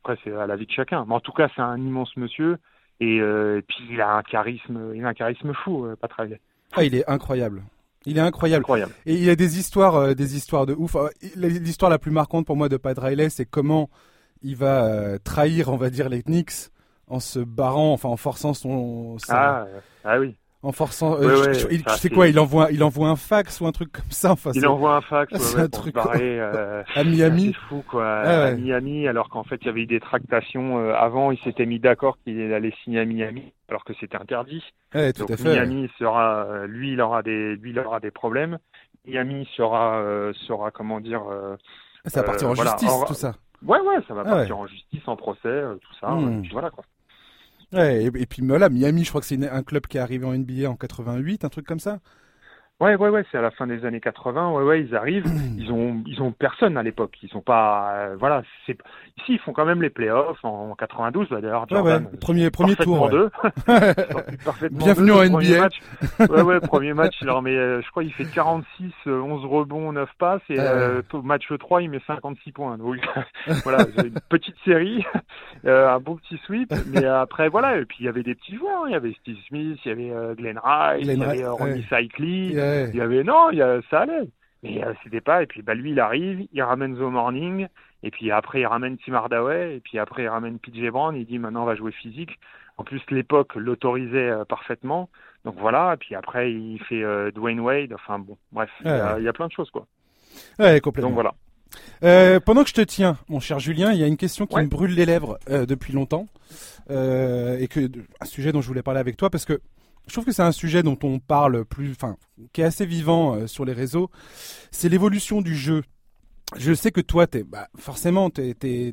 après c'est à la vie de chacun. Mais en tout cas, c'est un immense monsieur et puis il a un charisme fou, Pat Riley. Ah, il est incroyable. Il est incroyable. Incroyable. Et il y a des histoires de ouf. L'histoire la plus marquante pour moi de Pat Riley, c'est comment il va trahir, on va dire, les Knicks en se barrant, enfin en forçant Ah oui. en forçant. Ouais, tu sais quoi, il envoie un fax ou un truc comme ça. Enfin, il envoie un fax c'est un pour truc se barrer à Miami. c'est fou quoi. Ah ouais. À Miami, alors qu'en fait il y avait eu des tractations avant. Il s'était mis d'accord qu'il allait signer à Miami, alors que c'était interdit. Ouais, tout Donc à fait. Miami sera, lui il aura des problèmes. Miami sera comment dire. Ça va partir en voilà, justice, tout ça. Ouais, ça va partir en justice, en procès, tout ça. Et puis voilà quoi. Ouais, et puis voilà, Miami, je crois que c'est un club qui est arrivé en NBA en 88, un truc comme ça. Ouais, c'est à la fin des années 80. Ouais, ils arrivent. Ils ont personne à l'époque. Ils sont pas, voilà. Ici, ils font quand même les playoffs en 92. D'ailleurs, Jordan. Premier tour. Ouais. D'eux. Bienvenue en NBA. Match. Premier match. Il leur met, je crois, il fait 46, 11 rebonds, 9 passes. Et au match 3, il met 56 points. Donc voilà, une petite série, un bon petit sweep. Mais après, voilà. Et puis il y avait des petits joueurs. Il y avait Steve Smith, il y avait Glenn Rice, il y avait Ronnie Cycli. Il y avait ça allait, mais c'était pas. Et puis lui il arrive, il ramène The Morning, et puis après il ramène Tim Hardaway, et puis après il ramène PJ Brown. Il dit maintenant on va jouer physique. En plus l'époque l'autorisait parfaitement, donc voilà. Et puis après il fait Dwayne Wade. Enfin bon, bref, il y a plein de choses quoi. Ouais, complètement. Donc voilà. Pendant que je te tiens, mon cher Julien, il y a une question qui me brûle les lèvres depuis longtemps, et un sujet dont je voulais parler avec toi parce que je trouve que c'est un sujet dont on parle qui est assez vivant sur les réseaux. C'est l'évolution du jeu. Je sais que toi, forcément, t'as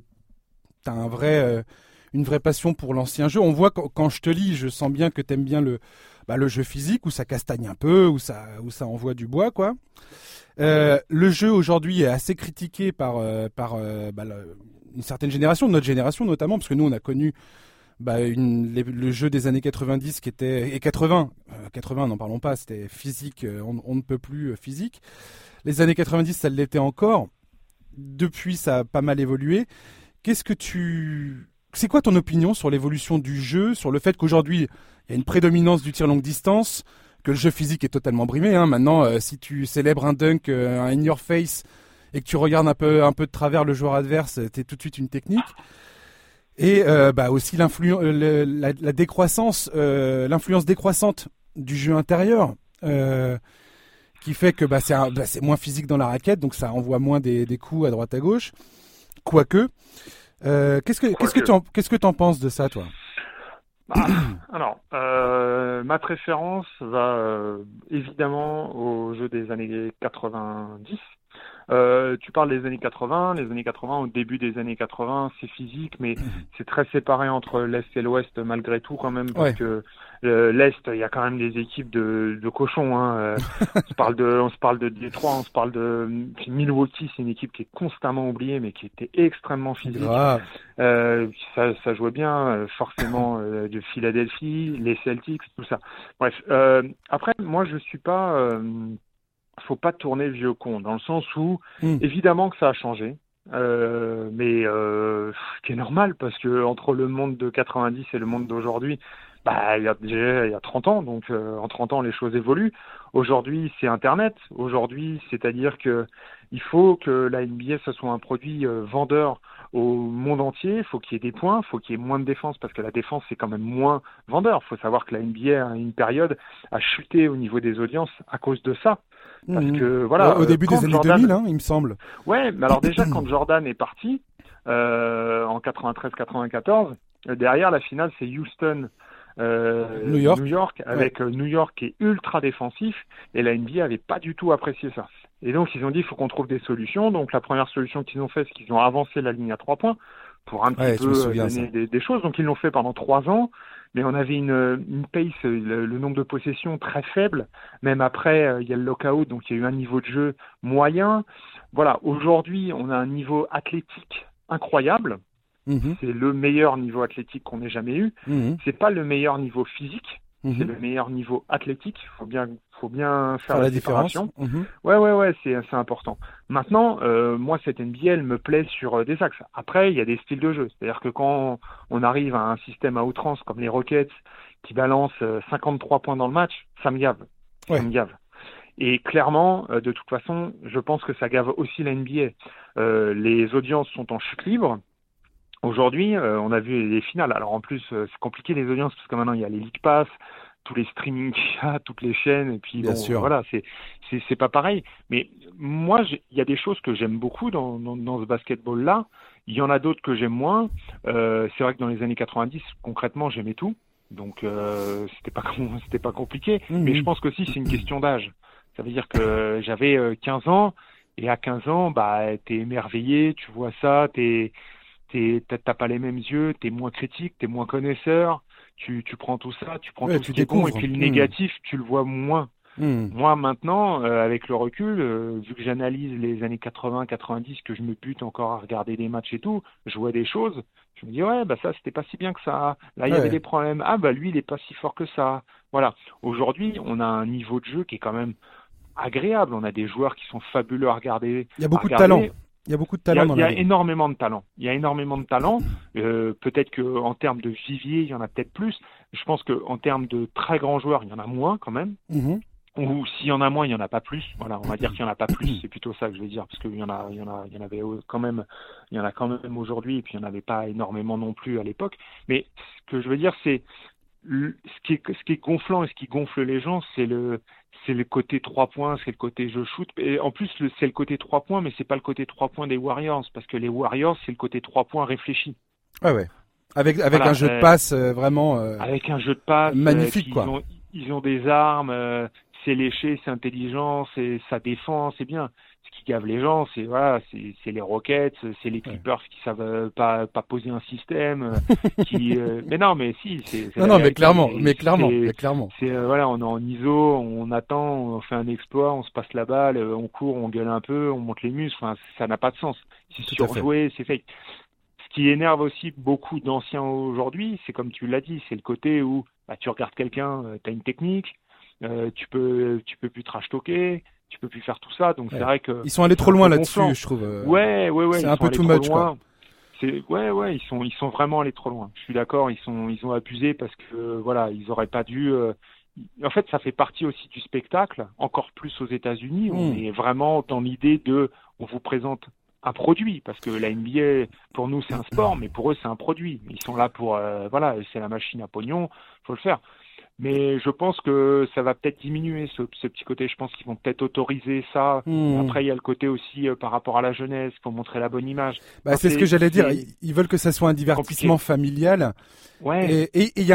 une vraie passion pour l'ancien jeu. On voit quand je te lis, je sens bien que t'aimes bien le jeu physique où ça castagne un peu, où ça envoie du bois, quoi. Le jeu aujourd'hui est assez critiqué par une certaine génération, notre génération notamment, parce que nous on a connu le jeu des années 90 qui était, et 80 n'en parlons pas, c'était physique, on ne peut plus physique. Les années 90 ça l'était encore. Depuis ça a pas mal évolué. C'est quoi ton opinion sur l'évolution du jeu, sur le fait qu'aujourd'hui il y a une prédominance du tir longue distance, que le jeu physique est totalement brimé, hein. Maintenant si tu célèbres un dunk, un in your face et que tu regardes un peu de travers le joueur adverse, t'es tout de suite une technique. Et aussi la décroissance, l'influence décroissante du jeu intérieur, qui fait que c'est moins physique dans la raquette, donc ça envoie moins des coups à droite à gauche. Quoique, qu'est-ce que t'en penses de ça, toi? Alors, ma préférence va évidemment au jeu des années 90. Tu parles des années 80. Les années 80, au début des années 80, c'est physique, mais c'est très séparé entre l'Est et l'Ouest malgré tout quand même, parce que l'Est, il y a quand même des équipes de cochons. Hein. On se parle de Détroit, on se parle de Milwaukee, c'est une équipe qui est constamment oubliée, mais qui était extrêmement physique. Ça jouait bien, forcément de Philadelphie, les Celtics, tout ça. Bref, après, moi, je suis pas. Faut pas tourner le vieux con, dans le sens où évidemment que ça a changé, mais ce qui est normal parce que entre le monde de 90 et le monde d'aujourd'hui, il y a 30 ans, donc en 30 ans les choses évoluent. Aujourd'hui c'est Internet, c'est-à-dire que il faut que la NBA ce soit un produit vendeur au monde entier, il faut qu'il y ait des points, il faut qu'il y ait moins de défense parce que la défense c'est quand même moins vendeur. Il faut savoir que la NBA à une période a chuté au niveau des audiences à cause de ça. Parce que voilà, au début des années 2000, hein, il me semble. Ouais, mais alors déjà quand Jordan est parti en 93-94, derrière la finale c'est Houston. New York avec New York qui est ultra défensif et la NBA avait pas du tout apprécié ça. Et donc ils ont dit il faut qu'on trouve des solutions. Donc la première solution qu'ils ont fait c'est qu'ils ont avancé la ligne à 3 points pour un petit peu donner des choses. Donc ils l'ont fait pendant 3 ans. Mais on avait une pace, le nombre de possessions très faible. Même après, il y a le lockout, donc il y a eu un niveau de jeu moyen. Voilà, aujourd'hui, on a un niveau athlétique incroyable. C'est le meilleur niveau athlétique qu'on ait jamais eu. C'est pas le meilleur niveau physique. c'est le meilleur niveau athlétique. Faut bien faire la différence. séparation. Ouais, c'est important. Maintenant, moi, cette NBA, elle me plaît sur des axes. Après, il y a des styles de jeu. C'est-à-dire que quand on arrive à un système à outrance comme les Rockets qui balancent 53 points dans le match, ça me gave. Ouais. Ça me gave. Et clairement, de toute façon, je pense que ça gave aussi la NBA. Les audiences sont en chute libre. Aujourd'hui, on a vu les finales. Alors en plus, c'est compliqué les audiences parce que maintenant il y a les League Pass, tous les streamings qu'il y a, toutes les chaînes, et puis Bien sûr. voilà, c'est pas pareil. Mais moi, il y a des choses que j'aime beaucoup dans ce basketball-là. Il y en a d'autres que j'aime moins. C'est vrai que dans les années 90, concrètement, j'aimais tout. Donc c'était pas compliqué. Mais je pense que si c'est une question d'âge. Ça veut dire que j'avais 15 ans, et à 15 ans, bah t'es émerveillé, tu vois ça, t'as pas les mêmes yeux, t'es moins critique, t'es moins connaisseur, tu prends tout ça, tu prends tout ce qui est bon, et puis le négatif, tu le vois moins. Moi, maintenant, avec le recul, vu que j'analyse les années 80, 90, que je me bute encore à regarder des matchs et tout, je vois des choses, je me dis, ouais, bah ça, c'était pas si bien que ça. Là, il y avait des problèmes. Ah, bah lui, il est pas si fort que ça. Voilà. Aujourd'hui, on a un niveau de jeu qui est quand même agréable. On a des joueurs qui sont fabuleux à regarder. Il y a beaucoup de talent. Il y a beaucoup de talent dans la ligue. Il y a énormément de talent. Il y a énormément de talent. Peut-être que en termes de vivier, il y en a peut-être plus. Je pense que en termes de très grands joueurs, il y en a moins quand même. Ou s'il y en a moins, il y en a pas plus. Voilà, on va dire qu'il y en a pas plus. C'est plutôt ça que je vais dire, parce qu'il y en avait quand même, il y en a quand même aujourd'hui, et puis il y en avait pas énormément non plus à l'époque. Mais ce que je veux dire, c'est ce qui est gonflant et ce qui gonfle les gens, c'est le côté 3 points, c'est le côté je shoot. Et en plus, c'est le côté 3 points, mais c'est pas le côté 3 points des Warriors, parce que les Warriors, c'est le côté 3 points réfléchi. Ouais. Avec voilà, un jeu de passe vraiment avec un jeu de passe magnifique, quoi. Ils ont des armes, c'est léché, c'est intelligent, ça défend, c'est bien. Ce qui gave les gens, c'est les Rockets, c'est les Clippers qui savent pas poser un système, mais non, mais si, c'est non, mais clairement. C'est voilà, on est en ISO, on attend, on fait un exploit, on se passe la balle, on court, on gueule un peu, on monte les muscles. Enfin, ça n'a pas de sens. C'est surjoué, c'est fake. Ce qui énerve aussi beaucoup d'anciens aujourd'hui, c'est comme tu l'as dit, c'est le côté où tu regardes quelqu'un, tu as une technique, tu peux plus trash talker, tu peux plus faire tout ça, donc c'est vrai que ils sont allés trop loin là-dessus, je trouve. Ouais, c'est un peu too much, quoi. Ils sont vraiment allés trop loin. Je suis d'accord, ils ont abusé parce que voilà, ils auraient pas dû. En fait, ça fait partie aussi du spectacle, encore plus aux États-Unis. On est vraiment dans l'idée on vous présente un produit, parce que la NBA, pour nous, c'est un sport, mais pour eux, c'est un produit. Ils sont là pour, c'est la machine à pognon, faut le faire. Mais je pense que ça va peut-être diminuer ce petit côté. Je pense qu'ils vont peut-être autoriser ça. Après, il y a le côté aussi par rapport à la jeunesse, pour montrer la bonne image. C'est ce que j'allais dire. Ils veulent que ça soit un divertissement familial. Ouais. Et il y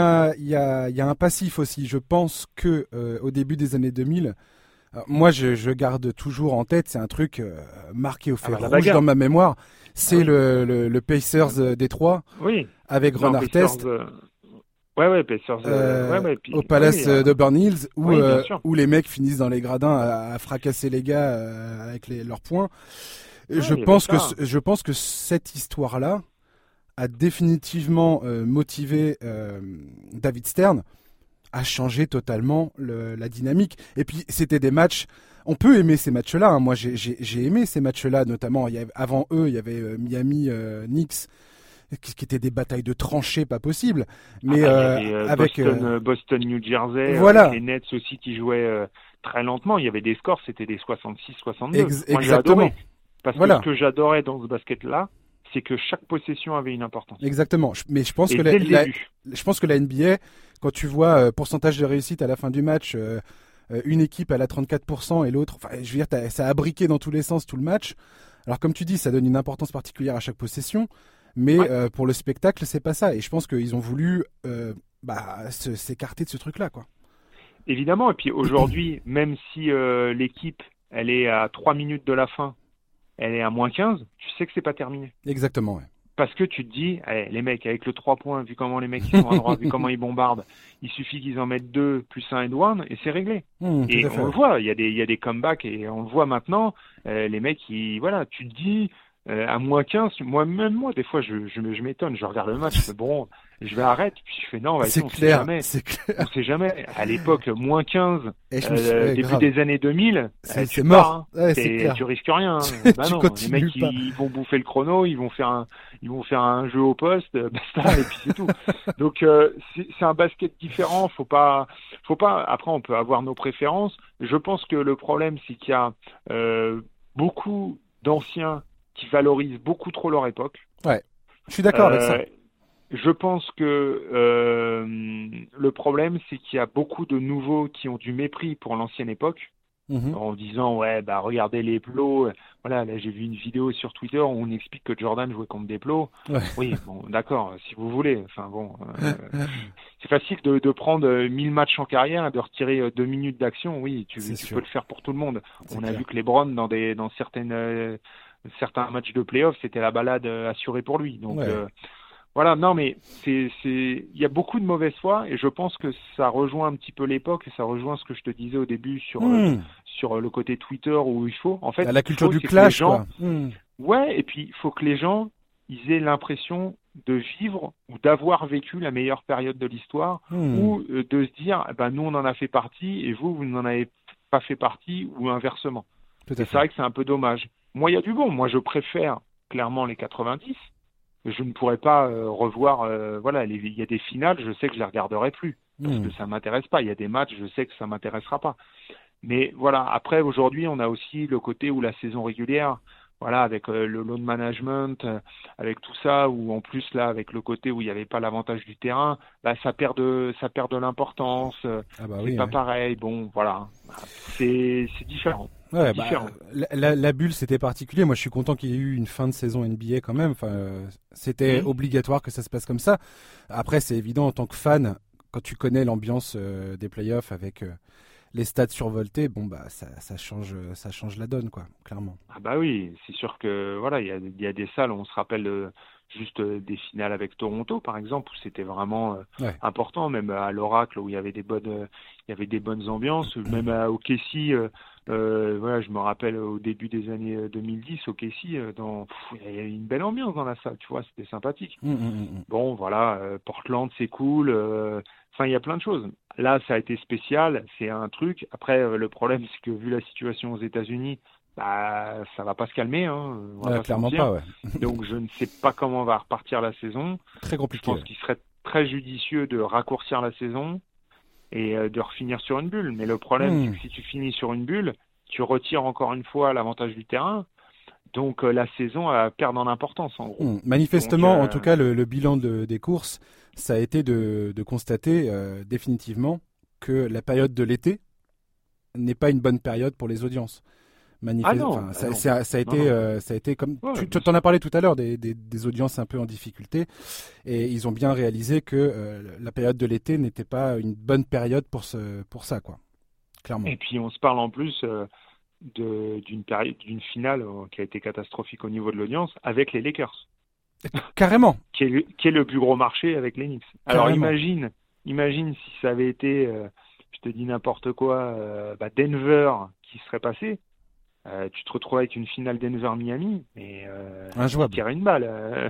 a un passif aussi. Je pense que au début des années 2000, moi, je garde toujours en tête, c'est un truc marqué au fer rouge dans ma mémoire. C'est le Pacers Détroit, avec Ron Artest. Pacers. Au Palace d'Auburn Hills, où les mecs finissent dans les gradins à fracasser les gars avec leurs poings. Je pense que cette histoire-là a définitivement motivé David Stern a changé totalement la dynamique. Et puis c'était des matchs. On peut aimer ces matchs-là. Hein. Moi, j'ai aimé ces matchs-là, notamment. Avant eux, il y avait Miami Knicks, qui étaient des batailles de tranchées pas possibles. Mais avec Boston, New Jersey, voilà. Avec les Nets aussi qui jouaient très lentement. Il y avait des scores, c'était des 66-62. Moi, j'ai adoré. Parce que ce que j'adorais dans ce basket-là, c'est que chaque possession avait une importance. Exactement. Mais je pense que la NBA, quand tu vois pourcentage de réussite à la fin du match, une équipe elle a 34% et l'autre, je veux dire, ça a briqué dans tous les sens tout le match. Alors comme tu dis, ça donne une importance particulière à chaque possession, mais pour le spectacle, c'est pas ça. Et je pense qu'ils ont voulu s'écarter de ce truc-là, quoi. Évidemment. Et puis aujourd'hui, même si l'équipe elle est à 3 minutes de la fin, elle est à -15, tu sais que c'est pas terminé. Exactement, ouais. Parce que tu te dis, les mecs, avec le 3 points, vu comment les mecs ils sont à droite, vu comment ils bombardent, il suffit qu'ils en mettent 2 plus 1 and 1 et c'est réglé. Et on le voit, il y a des comebacks et on le voit maintenant, les mecs, tu te dis, à -15, moi, des fois, je m'étonne, je regarde le match, je fais bon, je vais arrêter, puis je fais non, vas-y, C'est on sait clair, jamais. c'est clair. On sait jamais. À l'époque, -15, Et ouais, début grave. des années 2000, C'est tu mort. pars, hein. Ouais, c'est clair. Tu risques rien, hein. Bah Tu non, les continues mecs, pas. ils vont bouffer le chrono, ils vont faire un jeu au poste, basta, et puis c'est tout. Donc, c'est un basket différent, faut pas, après, on peut avoir nos préférences. Je pense que le problème, c'est qu'il y a, beaucoup d'anciens qui valorisent beaucoup trop leur époque. Ouais, je suis d'accord avec ça. Je pense que le problème, c'est qu'il y a beaucoup de nouveaux qui ont du mépris pour l'ancienne époque, Mhm. en disant ouais bah regardez les plots. Voilà, là j'ai vu une vidéo sur Twitter où on explique que Jordan jouait contre des plots. Ouais. Oui, bon d'accord, si vous voulez. Enfin bon, c'est facile de prendre 1000 matchs en carrière et de retirer 2 minutes d'action. Oui, tu sûr. peux le faire pour tout le monde. C'est On a clair. vu que LeBron dans certains matchs de playoff, c'était la balade assurée pour lui. Donc Ouais. voilà, non mais il y a beaucoup de mauvaise foi et je pense que ça rejoint un petit peu l'époque et ça rejoint ce que je te disais au début sur le côté Twitter où il faut en fait La culture du c'est que clash, les gens, quoi. Hmm. ouais, et puis il faut que les gens ils aient l'impression de vivre ou d'avoir vécu la meilleure période de l'histoire ou de se dire bah nous on en a fait partie et vous n'en avez pas fait partie ou inversement. Tout à C'est fait. vrai que c'est un peu dommage. Moi il y a du bon, moi je préfère clairement les 90. Je ne pourrais pas revoir, voilà, il y a des finales, je sais que je les regarderai plus parce que ça m'intéresse pas. Il y a des matchs, je sais que ça m'intéressera pas. Mais voilà, après aujourd'hui, on a aussi le côté où la saison régulière, voilà, avec le load management, avec tout ça, ou en plus là, avec le côté où il n'y avait pas l'avantage du terrain, bah ça perd de l'importance. Ah bah C'est oui, pas ouais. pareil. Bon, voilà, c'est différent. Ouais, C'est bah, différent. la bulle, c'était particulier. Moi, je suis content qu'il y ait eu une fin de saison NBA quand même. Enfin, c'était obligatoire que ça se passe comme ça. Après, c'est évident en tant que fan, quand tu connais l'ambiance des playoffs avec les stades survoltés, bon bah ça change la donne, quoi, clairement. Ah bah oui, c'est sûr que voilà, il y a des salles, on se rappelle juste des finales avec Toronto par exemple, où c'était vraiment Ouais. important, même à l'Oracle où il y avait des bonnes ambiances, même à OKC, voilà, je me rappelle au début des années 2010, OKC, il y avait une belle ambiance dans la salle, tu vois, c'était sympathique. Bon, voilà, Portland, c'est cool. Enfin, il y a plein de choses. Là, ça a été spécial, c'est un truc. Après, le problème, c'est que vu la situation aux États-Unis, bah, ça va pas se calmer, hein. On va pas se Clairement mentir. pas, ouais. Donc, je ne sais pas comment va repartir la saison. Très Je compliqué. pense Ouais. qu'il serait très judicieux de raccourcir la saison et de refinir sur une bulle. Mais le problème, c'est que si tu finis sur une bulle, tu retires encore une fois l'avantage du terrain. Donc, la saison perd en importance, en gros. Manifestement, Donc, en tout cas, le bilan des courses, ça a été de constater définitivement que la période de l'été n'est pas une bonne période pour les audiences. Ah non, Enfin, bah ça, non. ça a été, ça a été comme Ouais, tu bien t'en as parlé tout à l'heure des audiences un peu en difficulté, et ils ont bien réalisé que la période de l'été n'était pas une bonne période pour ça, quoi. Clairement. Et puis on se parle en plus d'une finale qui a été catastrophique au niveau de l'audience avec les Lakers, Carrément. qui est le plus gros marché avec les Knicks. Alors Carrément. imagine si ça avait été, je te dis n'importe quoi, Denver qui serait passé. Tu te retrouves avec une finale Denver-Miami, mais Injouable. il tirait une balle.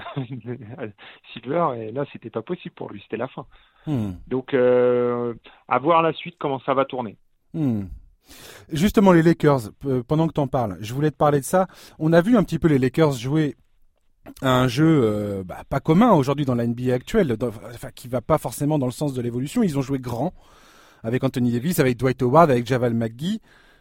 Silver, et là, c'était pas possible pour lui, c'était la fin. Donc, à voir la suite comment ça va tourner. Justement, les Lakers, pendant que tu en parles, je voulais te parler de ça. On a vu un petit peu les Lakers jouer à un jeu pas commun aujourd'hui dans la NBA actuelle, qui va pas forcément dans le sens de l'évolution. Ils ont joué grand avec Anthony Davis, avec Dwight Howard, avec Javal McGee.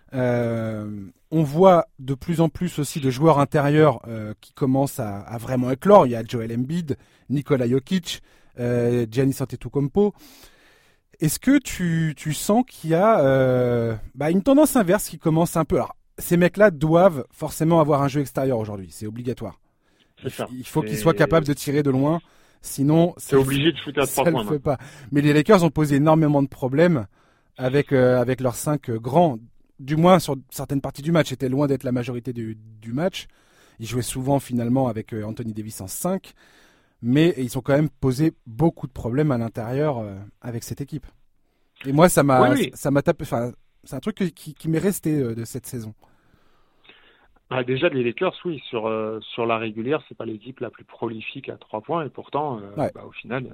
On voit de plus en plus aussi de joueurs intérieurs qui commencent à vraiment éclore. Il y a Joel Embiid, Nikola Jokic, Giannis Antetokounmpo. Est-ce que tu sens qu'il y a une tendance inverse qui commence un peu? Alors, ces mecs-là doivent forcément avoir un jeu extérieur aujourd'hui, c'est obligatoire. Il faut qu'ils soient capables de tirer de loin, sinon c'est obligé de shooter à 3 points. Ça le fait pas. Mais les Lakers ont posé énormément de problèmes avec leurs 5 grands. Du moins sur certaines parties du match, c'était loin d'être la majorité du match. Ils jouaient souvent finalement avec Anthony Davis en 5, mais ils ont quand même posé beaucoup de problèmes à l'intérieur avec cette équipe. Et moi, ça m'a tapé. Enfin, c'est un truc qui m'est resté de cette saison. Bah, déjà, les Lakers, oui, sur la régulière, c'est pas l'équipe la plus prolifique à 3 points, et pourtant, Ouais, bah, au final,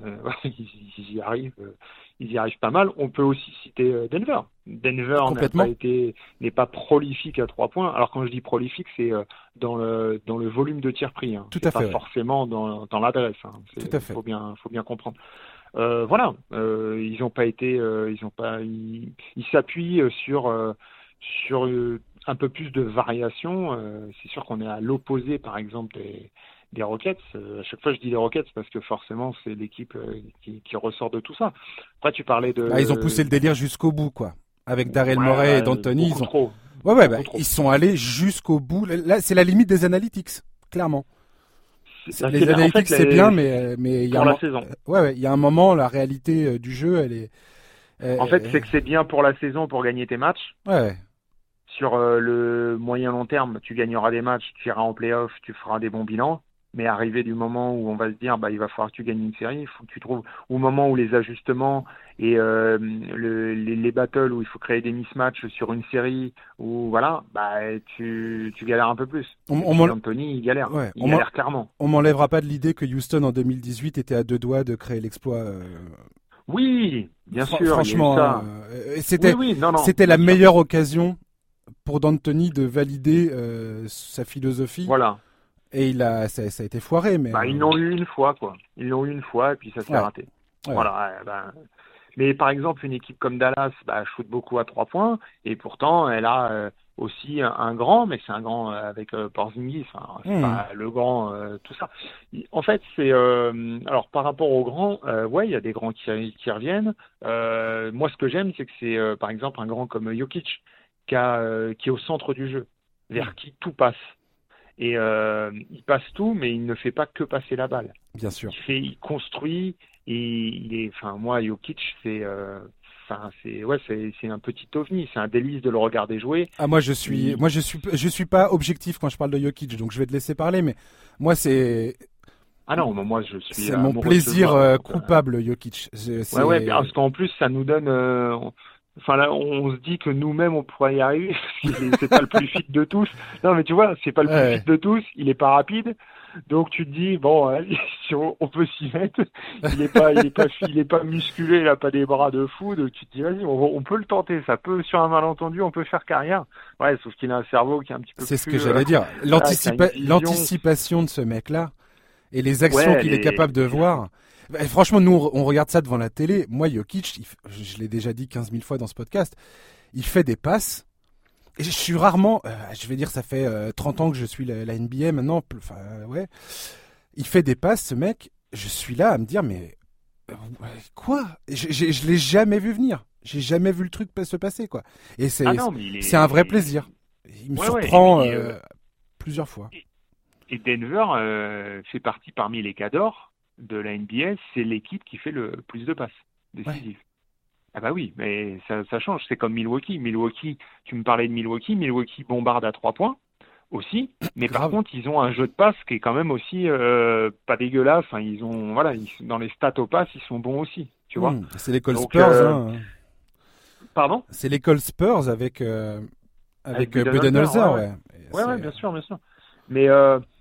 ils y arrivent pas mal. On peut aussi citer Denver. Denver complètement. n'est pas prolifique à 3 points. Alors quand je dis prolifique, c'est dans le volume de tirs pris, hein. Tout C'est à pas fait, ouais. forcément dans l'adresse, hein. Tout à fait. Faut bien comprendre. Voilà, ils ont pas été, ils s'appuient sur un peu plus de variation. C'est sûr qu'on est à l'opposé, par exemple, des Rockets. À chaque fois, je dis les Rockets parce que forcément, c'est l'équipe qui ressort de tout ça. Après, tu parlais Ah, ils ont poussé le de... délire jusqu'au bout, quoi. Avec Daryl Ouais, Morey et ouais, d'Antoni, beaucoup trop. ouais, bah, Beaucoup trop. ils sont allés jusqu'au bout. Là, c'est la limite des analytics, clairement. Bah, Les en analytiques, fait, c'est bien, mais il y a pour la saison. ouais, il y a un moment, la réalité du jeu, elle est, En fait, euh, c'est que c'est bien pour la saison pour gagner tes matchs. ouais, Sur le moyen long terme, tu gagneras des matchs, tu iras en playoff, tu feras des bons bilans. Mais arrivé du moment où on va se dire, bah, il va falloir que tu gagnes une série, il faut que tu trouves, au moment où les ajustements et les battles où il faut créer des mismatchs sur une série, où voilà, bah, tu galères un peu plus. on, Et on puis m'en- Anthony, ouais, il galère clairement. on m'enlèvera pas de l'idée que Houston en 2018 était à deux doigts de créer l'exploit. Oui, bien sûr, il y a eu Franchement, hein, ça. Oui, oui, non, non, c'était la bien sûr. meilleure occasion pour D'Antoni de valider sa philosophie. Voilà. Et ça a été foiré, mais Bah, ils l'ont eu une fois, quoi. Ils l'ont eu une fois et puis ça s'est ouais, raté. ouais. Voilà. Ben, mais par exemple, une équipe comme Dallas, bah, shoot beaucoup à 3 points et pourtant, elle a aussi un grand, mais c'est un grand avec Porzingis. Enfin, c'est Hmm. pas le grand, tout ça. En fait, c'est alors par rapport aux grands, ouais, il y a des grands qui reviennent. Moi, ce que j'aime, c'est que c'est par exemple un grand comme Jokic qui est au centre du jeu, Hmm. vers qui tout passe. Et il passe tout, mais il ne fait pas que passer la balle. Bien sûr. Il construit. Et il est, enfin, moi, Jokic, c'est un petit ovni. C'est un délice de le regarder jouer. Ah, Il- je suis pas objectif quand je parle de Jokic, donc je vais te laisser parler, mais moi, Ah non, moi, je suis c'est mon amoureux de ce plaisir joueur. Donc, coupable, Jokic. ouais, ouais, parce qu'en plus, ça nous donne. Enfin là, on se dit que nous-mêmes, on pourrait y arriver. Parce qu'il c'est pas le plus fit de tous. Non, mais tu vois, c'est pas le plus fit Ouais. de tous. Il est pas rapide. Donc tu te dis bon, allez, si on peut s'y mettre. Il est pas musculé, il a pas des bras de fou. Donc tu te dis vas-y, on peut le tenter. Ça peut, sur un malentendu, on peut faire carrière. Ouais, sauf qu'il a un cerveau qui est un petit peu C'est ce que plus, j'allais dire. qui a une vision. L'anticipation de ce mec-là et les actions Ouais, qu'il est capable de c'est fou. voir. Bah, franchement, nous, on regarde ça devant la télé. Moi, Jokic, je l'ai déjà dit 15 000 fois dans ce podcast, il fait des passes. Et je suis rarement, je vais dire, ça fait 30 ans que je suis la NBA maintenant. Enfin, ouais. Il fait des passes, ce mec. Je suis là à me dire, mais quoi? Je l'ai jamais vu venir. J'ai jamais vu le truc se passer, quoi. Et Ah non, mais c'est un vrai plaisir. Il me ouais, ouais. Et surprend puis plusieurs fois. et Denver fait partie parmi les cadors de la NBA. C'est l'équipe qui fait le plus de passes Ouais, décisives. Ah bah oui, mais ça change. C'est comme Milwaukee. Milwaukee, tu me parlais de Milwaukee. Milwaukee bombarde à 3 points aussi. Mais par grave. contre, ils ont un jeu de passe qui est quand même aussi pas dégueulasse. Enfin, ils ont, voilà, dans les stats au pass, ils sont bons aussi. Tu vois. C'est l'école Donc, Spurs, hein. pardon? C'est l'école Spurs Avec avec Budenholzer, ouais, Budenholzer, ouais. ouais. Et Ouais, ouais, c'est bien sûr, bien sûr. Mais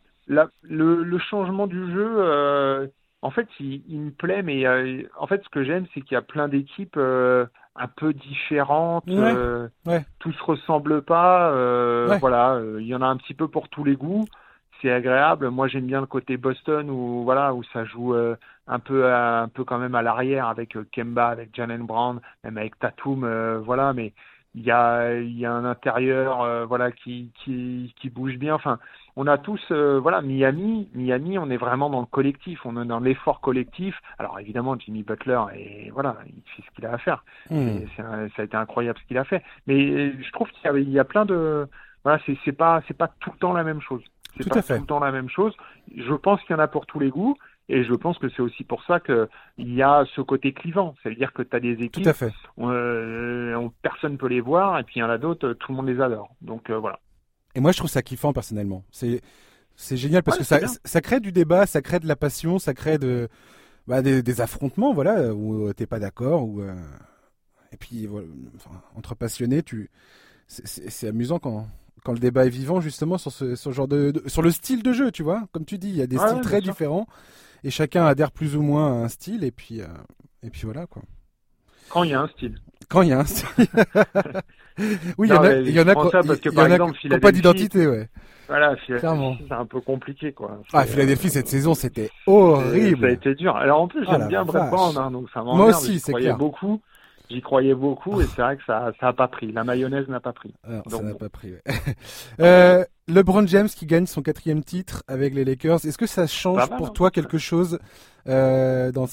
le changement du jeu, en fait, il me plaît, mais en fait, ce que j'aime, c'est qu'il y a plein d'équipes un peu différentes, ouais, ouais, tout se ressemble pas, ouais. voilà, il y en a un petit peu pour tous les goûts. C'est agréable. Moi, j'aime bien le côté Boston où voilà, où ça joue un peu quand même à l'arrière avec Kemba, avec Jalen Brown, même avec Tatum, voilà, mais il y a un intérieur voilà qui bouge bien. Enfin, on a tous voilà Miami, on est vraiment dans le collectif, on est dans l'effort collectif. Alors évidemment Jimmy Butler et voilà, il fait ce qu'il a à faire. Hmm, Ça a été incroyable ce qu'il a fait. Mais je trouve qu'il y a plein de voilà, c'est pas tout le temps la même chose. C'est tout pas à tout fait, le temps la même chose. Je pense qu'il y en a pour tous les goûts. Et je pense que c'est aussi pour ça que il y a ce côté clivant. Ça veut dire que tu as des tout à équipes fait. personne peut les voir, et puis il y en a d'autres, tout le monde les adore. Donc voilà. Et moi, je trouve ça kiffant personnellement. C'est génial parce Ouais, que c'est bien. ça crée du débat, ça crée de la passion, ça crée des affrontements, voilà, où t'es pas d'accord, et puis voilà, enfin, entre passionnés, c'est amusant quand le débat est vivant justement sur ce genre sur le style de jeu, tu vois. Comme tu dis, il y a des styles très différents et chacun adhère plus ou moins à un style et puis voilà quoi. Quand il y a un style. Quand il y a un style. Oui, il y en a qui n'ont pas d'identité, ouais. Voilà, Philadelphie, c'est un peu compliqué, quoi. Philadelphie, cette saison, c'était horrible. Ça a été dur. Alors, en plus, j'aime bien Brett Brown, hein, donc ça m'emmerde. Moi aussi, c'est clair. J'y croyais beaucoup, et c'est vrai que ça a pas pris. La mayonnaise n'a pas pris. Alors, donc, ça n'a pas pris, ouais. LeBron James qui gagne son 4e titre avec les Lakers. Est-ce que ça change pour toi quelque chose, dans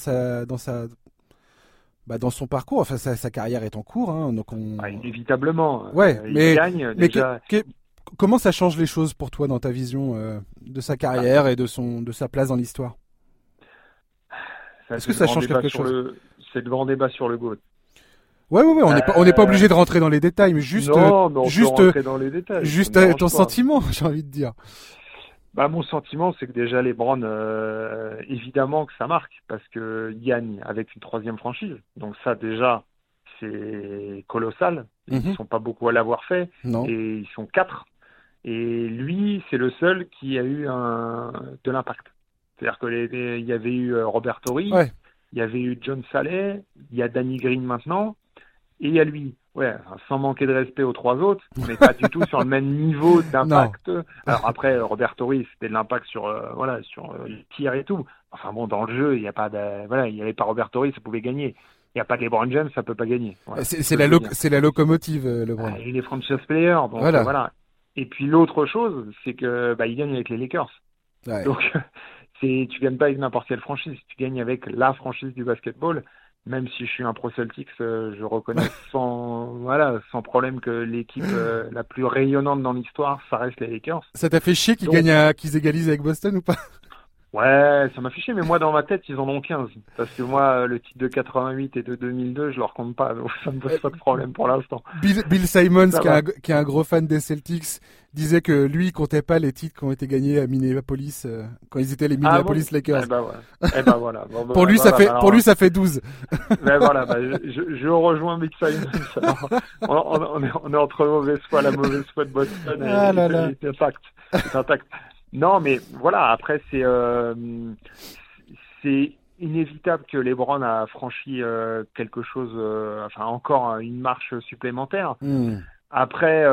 son parcours? Enfin, sa carrière est en cours, hein, donc inévitablement. Ouais, il gagne, déjà. Comment ça change les choses pour toi dans ta vision de sa carrière et de sa place dans l'histoire? Est-ce que ça change quelque chose? C'est le grand débat sur le GOAT. Ouais, on n'est pas obligé de rentrer dans les détails, mais juste peut rentrer dans les détails. Juste ton sentiment, j'ai envie de dire. Mon sentiment, c'est que déjà LeBron, évidemment que ça marque, parce que il gagne avec une 3e franchise. Donc ça, déjà, c'est colossal. Ils sont pas beaucoup à l'avoir fait. Non. Et ils sont 4. Et lui, c'est le seul qui a eu de l'impact. C'est-à-dire que il y avait eu Robert Horry, il y avait eu John Saleh, il y a Danny Green maintenant, et il y a lui. Ouais, sans manquer de respect aux 3 autres, on n'est pas du tout sur le même niveau d'impact. Alors après, Robert Horry, c'était de l'impact sur les tirs et tout. Enfin bon, dans le jeu, il y a pas il y avait pas Robert Horry, ça pouvait gagner. Il n'y a pas de LeBron James, ça peut pas gagner. Voilà, c'est la locomotive, LeBron. Il est franchise player, donc voilà. Et puis l'autre chose, c'est que il gagne avec les Lakers. Ouais. Donc tu gagnes pas avec n'importe quelle franchise, tu gagnes avec la franchise du basketball. Même si je suis un pro Celtics, je reconnais sans problème que l'équipe la plus rayonnante dans l'histoire, ça reste les Lakers. Ça t'a fait chier qu'ils égalisent avec Boston ou pas? Ouais, ça m'a fait chier, mais moi dans ma tête ils en ont 15. Parce que moi le titre de 88 et de 2002 je leur compte pas, donc ça me pose pas de problème pour l'instant. Bill Simmons, qui est un gros fan des Celtics, disait que lui il comptait pas les titres qui ont été gagnés à Minneapolis quand ils étaient les Minneapolis Lakers. Voilà. Pour lui ça fait 12. Je rejoins Bill Simmons. On est entre mauvaise foi, la mauvaise foi de Boston c'est intact. Non, mais voilà, après, c'est inévitable que LeBron a franchi quelque chose, encore une marche supplémentaire. Après,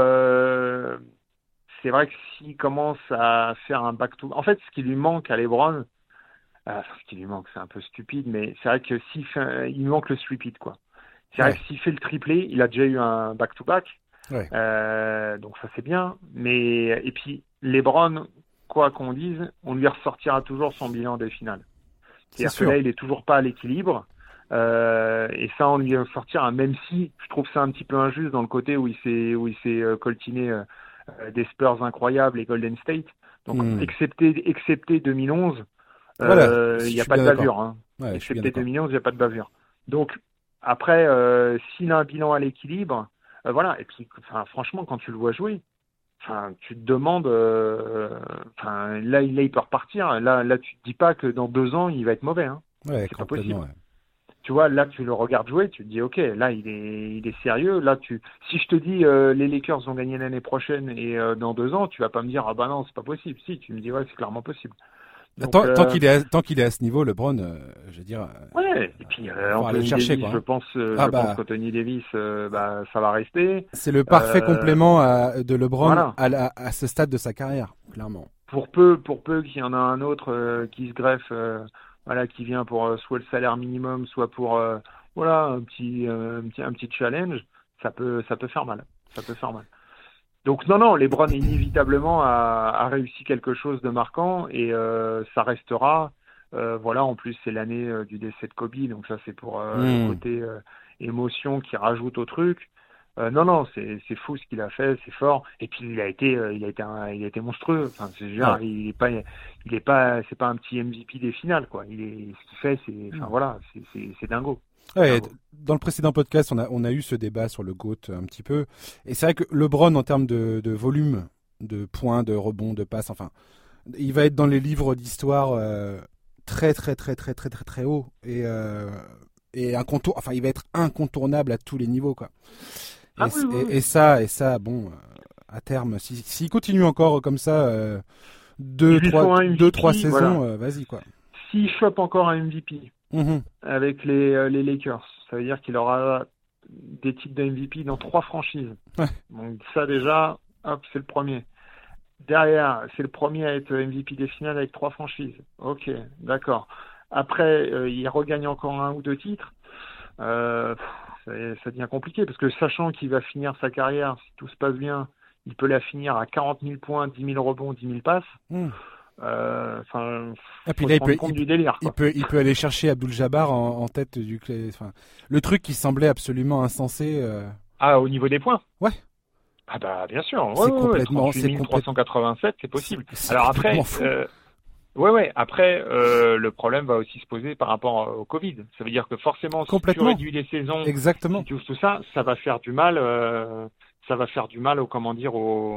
c'est vrai que s'il commence à faire un back-to... En fait, ce qui lui manque à LeBron, c'est un peu stupide, mais c'est vrai que il lui manque le three-peat, quoi. C'est vrai que s'il fait le triplé, il a déjà eu un back-to-back. Ouais. Donc ça, c'est bien. Et puis, LeBron... quoi qu'on dise, on lui ressortira toujours son bilan des finales. C'est-à-dire que là, il est toujours pas à l'équilibre. Et ça, on lui ressortira, même si je trouve ça un petit peu injuste dans le côté où il s'est coltiné des Spurs incroyables et Golden State. Donc, excepté 2011, il n'y a pas de bavure. Hein. Ouais, excepté 2011, il n'y a pas de bavure. Donc, après, s'il a un bilan à l'équilibre, voilà. Et puis, franchement, quand tu le vois jouer, tu te demandes, là, il peut repartir. Là, tu te dis pas que dans 2 ans, il va être mauvais. Hein. Ouais, c'est pas possible. Ouais. Tu vois, là, tu le regardes jouer, tu te dis, ok, là, il est sérieux. Là, si je te dis, les Lakers vont gagner l'année prochaine et dans 2 ans, tu vas pas me dire, ah bah non, c'est pas possible. Si, tu me dis, ouais, c'est clairement possible. Donc, tant qu'il est à ce niveau, LeBron, je veux dire. Ouais. Et puis Anthony Davis, je pense qu'Anthony Davis, ça va rester. C'est le parfait complément de LeBron à ce stade de sa carrière, clairement. Pour peu qu'il y en a un autre qui se greffe, qui vient pour soit le salaire minimum, soit pour un petit challenge, ça peut faire mal. Ça peut faire mal. Donc non, LeBron inévitablement a réussi quelque chose de marquant et ça restera. En plus c'est l'année du décès de Kobe, donc ça c'est pour le côté émotion qui rajoute au truc. Non, c'est fou ce qu'il a fait, c'est fort. Et puis il a été monstrueux. Enfin, c'est genre, c'est pas un petit MVP des finales, quoi. Ce qu'il fait, c'est dingo. Ouais, dans le précédent podcast, on a eu ce débat sur le GOAT un petit peu. Et c'est vrai que LeBron, en termes de volume, de points, de rebonds, de passes, il va être dans les livres d'histoire très, très, très, très, très, très, très haut. Et il va être incontournable à tous les niveaux, quoi. Et ça, bon, à terme. S'il continue encore comme ça, Il lui faut un deux, trois MVP, saisons, voilà. vas-y quoi. S'il chope encore un MVP Mhm. avec les Lakers, ça veut dire qu'il aura des titres de MVP dans 3 franchises. Ouais. Donc ça déjà, hop, c'est le premier. Derrière, c'est le premier à être MVP des finales avec 3 franchises. Ok, d'accord. Après, il regagne encore 1 ou 2 titres. Ça devient compliqué parce que sachant qu'il va finir sa carrière, si tout se passe bien, il peut la finir à 40 000 points, 10 000 rebonds, 10 000 passes. Mhm. Enfin, Et puis faut là, se rendre compte du délire, quoi. il peut aller chercher Abdul-Jabbar en tête du enfin, le truc qui semblait absolument insensé. Ah, au niveau des points? Ouais. Ah bah bien sûr, C'est complètement, 38 387, c'est possible. c'est Alors après, complètement fou. après le problème va aussi se poser par rapport au Covid. Ça veut dire que forcément, si tu Complètement. réduis les saisons, Exactement. si tu ouvres tout ça, ça va faire du mal, au comment dire,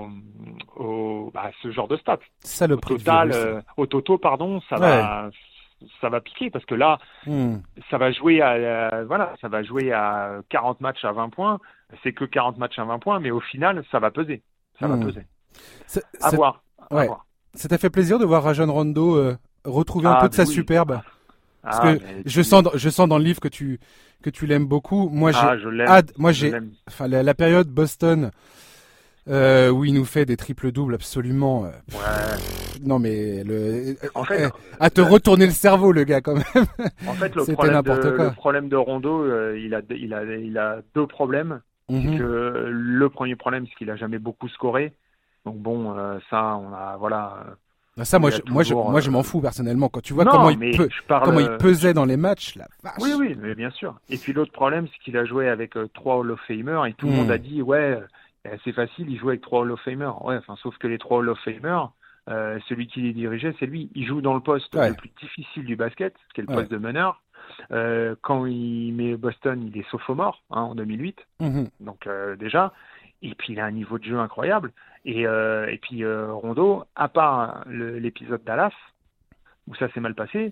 ce genre de stats. C'est ça le Au prix total, de virus. au toto, pardon, Ouais. ça va piquer parce que là, Hmm. ça va jouer ça va jouer à 40 matchs à 20 points. C'est que 40 matchs à 20 points, mais au final, ça va peser. Ça va peser. À voir. Ouais. Ça t'a fait plaisir de voir Rajon Rondo retrouver un peu de sa oui. superbe. Parce que Mais je sens dans le livre que tu l'aimes beaucoup. Moi, je l'aime. Je l'aime. enfin, la période Boston, où il nous fait des triples doubles absolument. Ouais. Non, mais En fait, à te retourner le cerveau, le gars, quand même. en fait, C'était n'importe quoi. le problème de Rondo, il a 2 problèmes. C'est Mhm. que le premier problème, c'est qu'il a jamais beaucoup scoré. Donc bon, ça, on a, voilà. Ça, moi, il y a toujours, je m'en fous personnellement. Quand tu vois Non, comment mais je parle, comment il pesait dans les matchs, la vache. Oui, mais bien sûr. Et puis l'autre problème, c'est qu'il a joué avec 3 Hall of Famers et tout le monde a dit, ouais, c'est facile, il joue avec 3 Hall of Famers. Ouais, enfin, sauf que les 3 Hall of Famers, celui qui les dirigeait, c'est lui. Il joue dans le poste le plus difficile du basket, qui est le poste de meneur. Quand il met Boston, il est sophomore, en 2008. Mhm. Donc déjà. Et puis il a un niveau de jeu incroyable. Et puis Rondo, à part l'épisode Dallas, où ça s'est mal passé,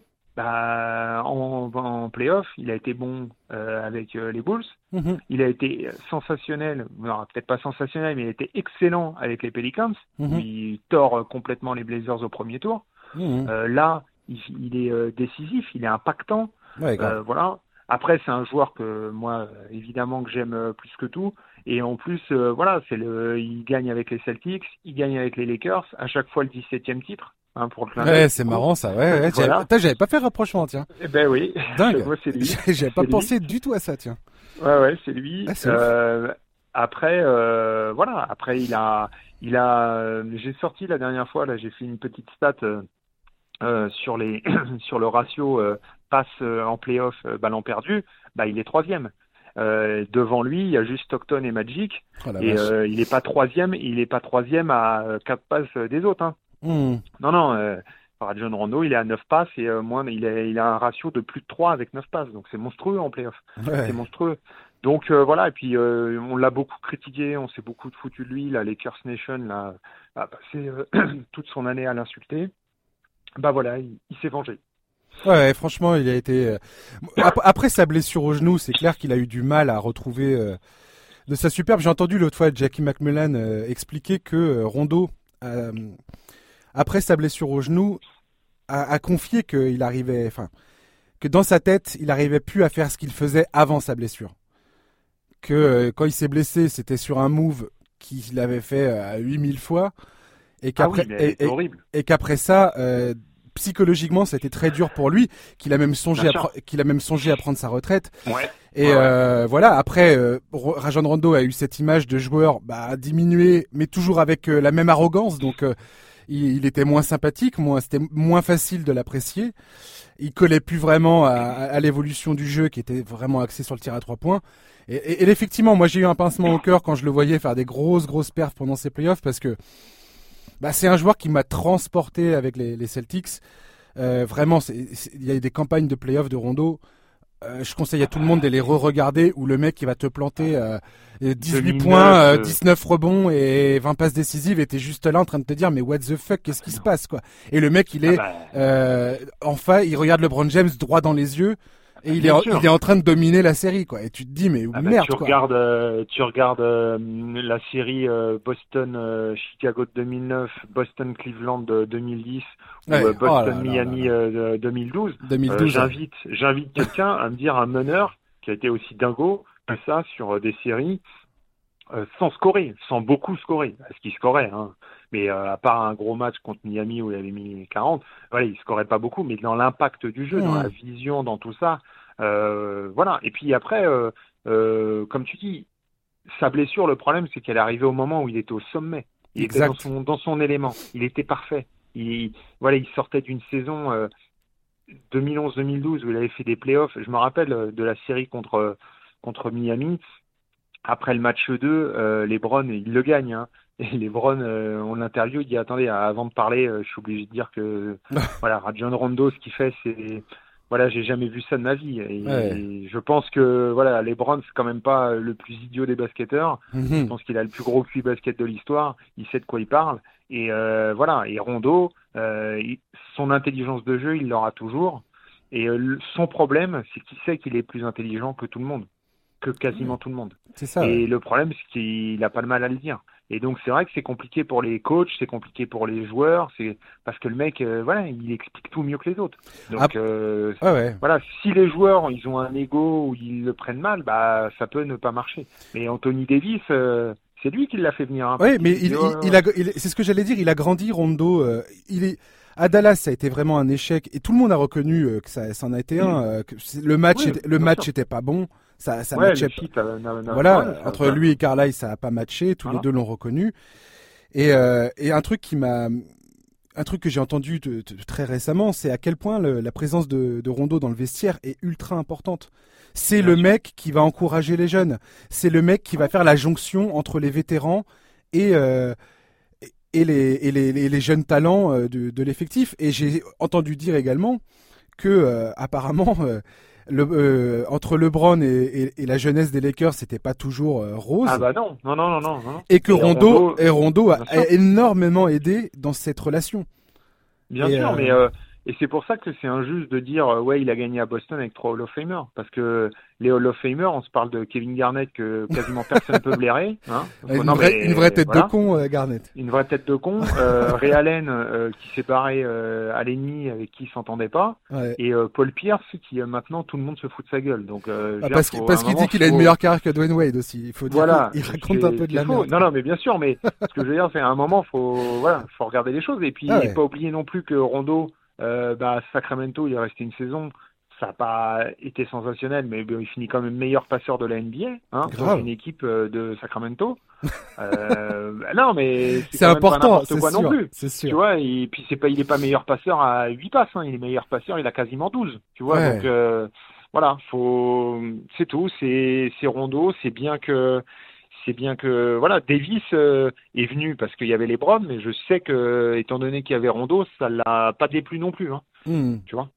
en playoff, il a été bon avec les Bulls. Mhm. Il a été sensationnel, non, peut-être pas sensationnel, mais il a été excellent avec les Pelicans. Mhm. Où il tord complètement les Blazers au premier tour. Mhm. Là, il est décisif, il est impactant. Ouais, Voilà. Après, c'est un joueur que moi, évidemment, que j'aime plus que tout. Et en plus, voilà, il gagne avec les Celtics, il gagne avec les Lakers, à chaque fois le 17e titre, pour le clin d'œil. Ouais, c'est marrant ça. Ouais. Voilà. J'avais pas fait rapprochement, tiens. Eh ben oui. Dingue. Moi, c'est lui. J'avais pas C'est pensé du tout à ça, tiens. Ouais, c'est lui. Ah, c'est Après, voilà. Après, j'ai sorti la dernière fois, là, j'ai fait une petite stat sur sur le ratio passe en playoff ballon perdu. Il est 3e. Devant lui, il y a juste Stockton et Magic. Oh, la Et vache. il n'est pas 3e à 4 passes des autres. Hein. Mhm. Non. Rajon Rondo, il est à 9 passes et il a un ratio de plus de 3 avec 9 passes. Donc c'est monstrueux en playoff. Ouais. C'est monstrueux. Donc voilà, et puis on l'a beaucoup critiqué, on s'est beaucoup foutu de lui. Là, les Curse Nation là, a passé toute son année à l'insulter. Voilà, il s'est vengé. Ouais, franchement, il a été. Après sa blessure au genou, c'est clair qu'il a eu du mal à retrouver de sa superbe. J'ai entendu l'autre fois Jackie McMillan expliquer que Rondo, après sa blessure au genou, a confié qu'il arrivait, enfin, que dans sa tête, il arrivait plus à faire ce qu'il faisait avant sa blessure. Que quand il s'est blessé, c'était sur un move qu'il avait fait 8000 fois, et qu'après, c'est horrible. et qu'après ça. Psychologiquement, c'était très dur pour lui, qu'il a même songé à prendre sa retraite. Ouais. Et voilà. Après, Rajon Rondo a eu cette image de joueur diminué, mais toujours avec la même arrogance. Donc, il était moins sympathique, c'était moins facile de l'apprécier. Il collait plus vraiment à l'évolution du jeu, qui était vraiment axé sur le tir à 3 points. Et effectivement, moi, j'ai eu un pincement au cœur quand je le voyais faire des grosses perfs pendant ses playoffs, parce que c'est un joueur qui m'a transporté avec les Celtics. Vraiment, il y a des campagnes de playoffs de Rondo. Je conseille à tout le monde de les re-regarder où le mec il va te planter 18 points, 19 rebonds et 20 passes décisives et t'es juste là en train de te dire mais what the fuck, qu'est-ce qui se passe quoi. Et le mec il est enfin il regarde LeBron James droit dans les yeux Et Bien sûr. il est en train de dominer la série, quoi. Et tu te dis, mais merde, Tu quoi. regardes la série Boston-Chicago de 2009, Boston-Cleveland de 2010 ou Ouais. Oh là Boston-Miami là là. de 2012. 2012. Ouais. J'invite quelqu'un à me dire un meneur qui a été aussi dingo que ça sur des séries sans scorer, sans beaucoup scorer. Parce qu'il scorait, hein. Mais à part un gros match contre Miami où il avait mis 40, voilà, il scorait pas beaucoup, mais dans l'impact du jeu, dans la vision, dans tout ça, voilà. Et puis après, comme tu dis, sa blessure, le problème, c'est qu'elle est arrivée au moment où il était au sommet. Il était dans son élément. Il était parfait. Voilà, il sortait d'une saison 2011-2012 où il avait fait des playoffs. Je me rappelle de la série contre Miami. Après le match 2, LeBron, il le gagne, hein. Et LeBron, on l'interview, il dit attendez, avant de parler, je suis obligé de dire que voilà, Rajon Rondo, ce qu'il fait, c'est voilà, j'ai jamais vu ça de ma vie. Et je pense que voilà, LeBron, c'est quand même pas le plus idiot des basketteurs. Je pense qu'il a le plus gros QI basket de l'histoire. Il sait de quoi il parle. Et voilà. Et Rondo, son intelligence de jeu, il l'aura toujours. Et son problème, c'est qu'il sait qu'il est plus intelligent que tout le monde, que quasiment tout le monde. C'est ça. Et le problème, c'est qu'il a pas de mal à le dire. Et donc c'est vrai que c'est compliqué pour les coachs, c'est compliqué pour les joueurs, c'est parce que le mec, voilà, il explique tout mieux que les autres. Donc voilà, si les joueurs ils ont un ego ou ils le prennent mal, bah ça peut ne pas marcher. Mais Anthony Davis, c'est lui qui l'a fait venir. Hein, oui, mais c'est ce que j'allais dire. Il a grandi, Rondo. À Dallas, ça a été vraiment un échec, et tout le monde a reconnu que ça en a été un. Que le match était pas bon. Ça matchait pas. Voilà, entre lui et Carlisle, ça a pas matché. Tous les deux l'ont reconnu. Et un truc que j'ai entendu très récemment, c'est à quel point la présence de Rondo dans le vestiaire est ultra importante. C'est le mec qui va encourager les jeunes. C'est le mec qui va faire la jonction entre les vétérans et les jeunes talents de l'effectif. Et j'ai entendu dire également que apparemment entre LeBron et la jeunesse des Lakers, c'était pas toujours rose. Ah bah non. Et que Rondo a énormément aidé dans cette relation. Bien sûr, mais et c'est pour ça que c'est injuste de dire ouais, il a gagné à Boston avec 3 Hall of Famers, parce que les Hall of Famers, on se parle de Kevin Garnett que quasiment personne peut blairer, hein. Une vraie tête de con, Garnett. Une vraie tête de con. Ray Allen qui s'est barré à l'ennemi avec qui il s'entendait pas, et Paul Pierce qui maintenant tout le monde se fout de sa gueule. Donc parce qu'il dit qu'il a une meilleure carrière que Dwayne Wade aussi. Il faut dire il raconte un peu de la merde. Non, mais bien sûr, mais ce que je veux dire, c'est à un moment faut regarder les choses, et puis pas oublier non plus que Rondo, Sacramento, il est resté une saison. Ça n'a pas été sensationnel, mais il finit quand même meilleur passeur de la NBA, hein, dans une équipe de Sacramento. Non, mais c'est important, c'est quoi sûr, non plus. C'est sûr. Tu vois, et puis il est pas meilleur passeur à 8 passes, hein, il est meilleur passeur, il a quasiment 12. Tu vois, donc voilà, c'est tout, c'est Rondo, c'est bien que voilà, Davis est venu parce qu'il y avait LeBron, mais je sais que étant donné qu'il y avait Rondo, ça l'a pas déplu non plus, hein. Tu vois.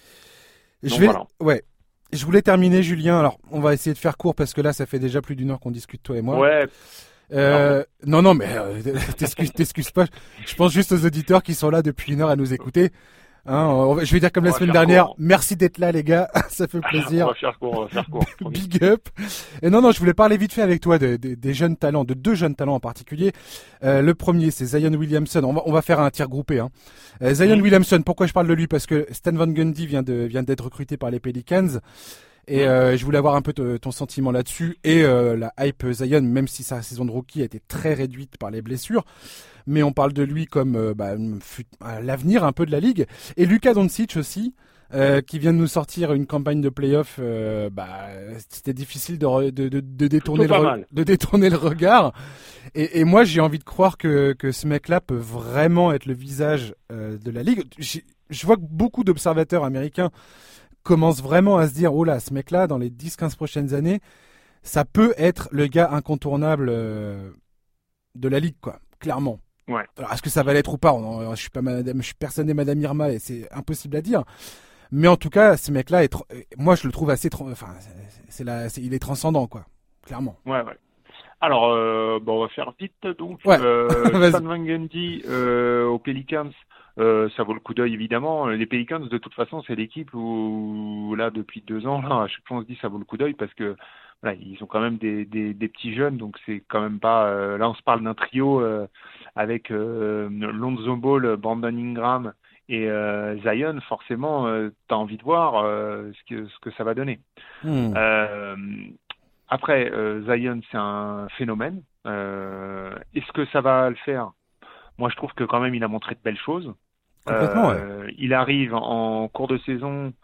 Je voulais terminer, Julien. Alors, on va essayer de faire court parce que là, ça fait déjà plus d'1 heure qu'on discute, toi et moi. Ouais. Non, mais t'excuses pas. Je pense juste aux auditeurs qui sont là depuis 1 heure à nous écouter. Hein, je vais dire comme la semaine dernière, merci d'être là, les gars. Ça fait plaisir. On va faire court. Big up. Et non, je voulais parler vite fait avec toi des jeunes talents, de 2 jeunes talents en particulier. Le premier, c'est Zion Williamson. On va faire un tir groupé, hein. Zion Williamson, pourquoi je parle de lui? Parce que Stan Van Gundy vient d'être recruté par les Pelicans. Et je voulais avoir un peu ton sentiment là-dessus. Et la hype Zion, même si sa saison de rookie a été très réduite par les blessures, mais on parle de lui comme l'avenir un peu de la ligue. Et Luka Doncic aussi, qui vient de nous sortir une campagne de play-off. C'était difficile de détourner le regard. Et moi, j'ai envie de croire que ce mec-là peut vraiment être le visage de la ligue. Je vois que beaucoup d'observateurs américains commencent vraiment à se dire, oh là, ce mec-là, dans les 10-15 prochaines années, ça peut être le gars incontournable de la ligue, quoi, clairement. Ouais. Alors, est-ce que ça va l'être ou pas? Je suis personne n'est Madame Irma et c'est impossible à dire. Mais en tout cas, ce mec-là, moi, je le trouve assez, il est transcendant, quoi, clairement. Ouais. Alors, on va faire vite. Donc, Stan Van Gundy aux Pelicans, Ça vaut le coup d'œil évidemment. Les Pelicans, de toute façon, c'est l'équipe où là depuis 2 ans, là, à chaque fois on se dit ça vaut le coup d'œil parce que voilà, ils ont quand même des petits jeunes, donc c'est quand même pas. Là, on se parle d'un trio avec Lonzo Ball, Brandon Ingram et Zion. Forcément, t'as envie de voir ce que ça va donner. Hmm. Euh, Après, Zion, c'est un phénomène. Est-ce que ça va le faire? Moi, je trouve que quand même, il a montré de belles choses. Complètement, ouais. Il arrive en cours de saison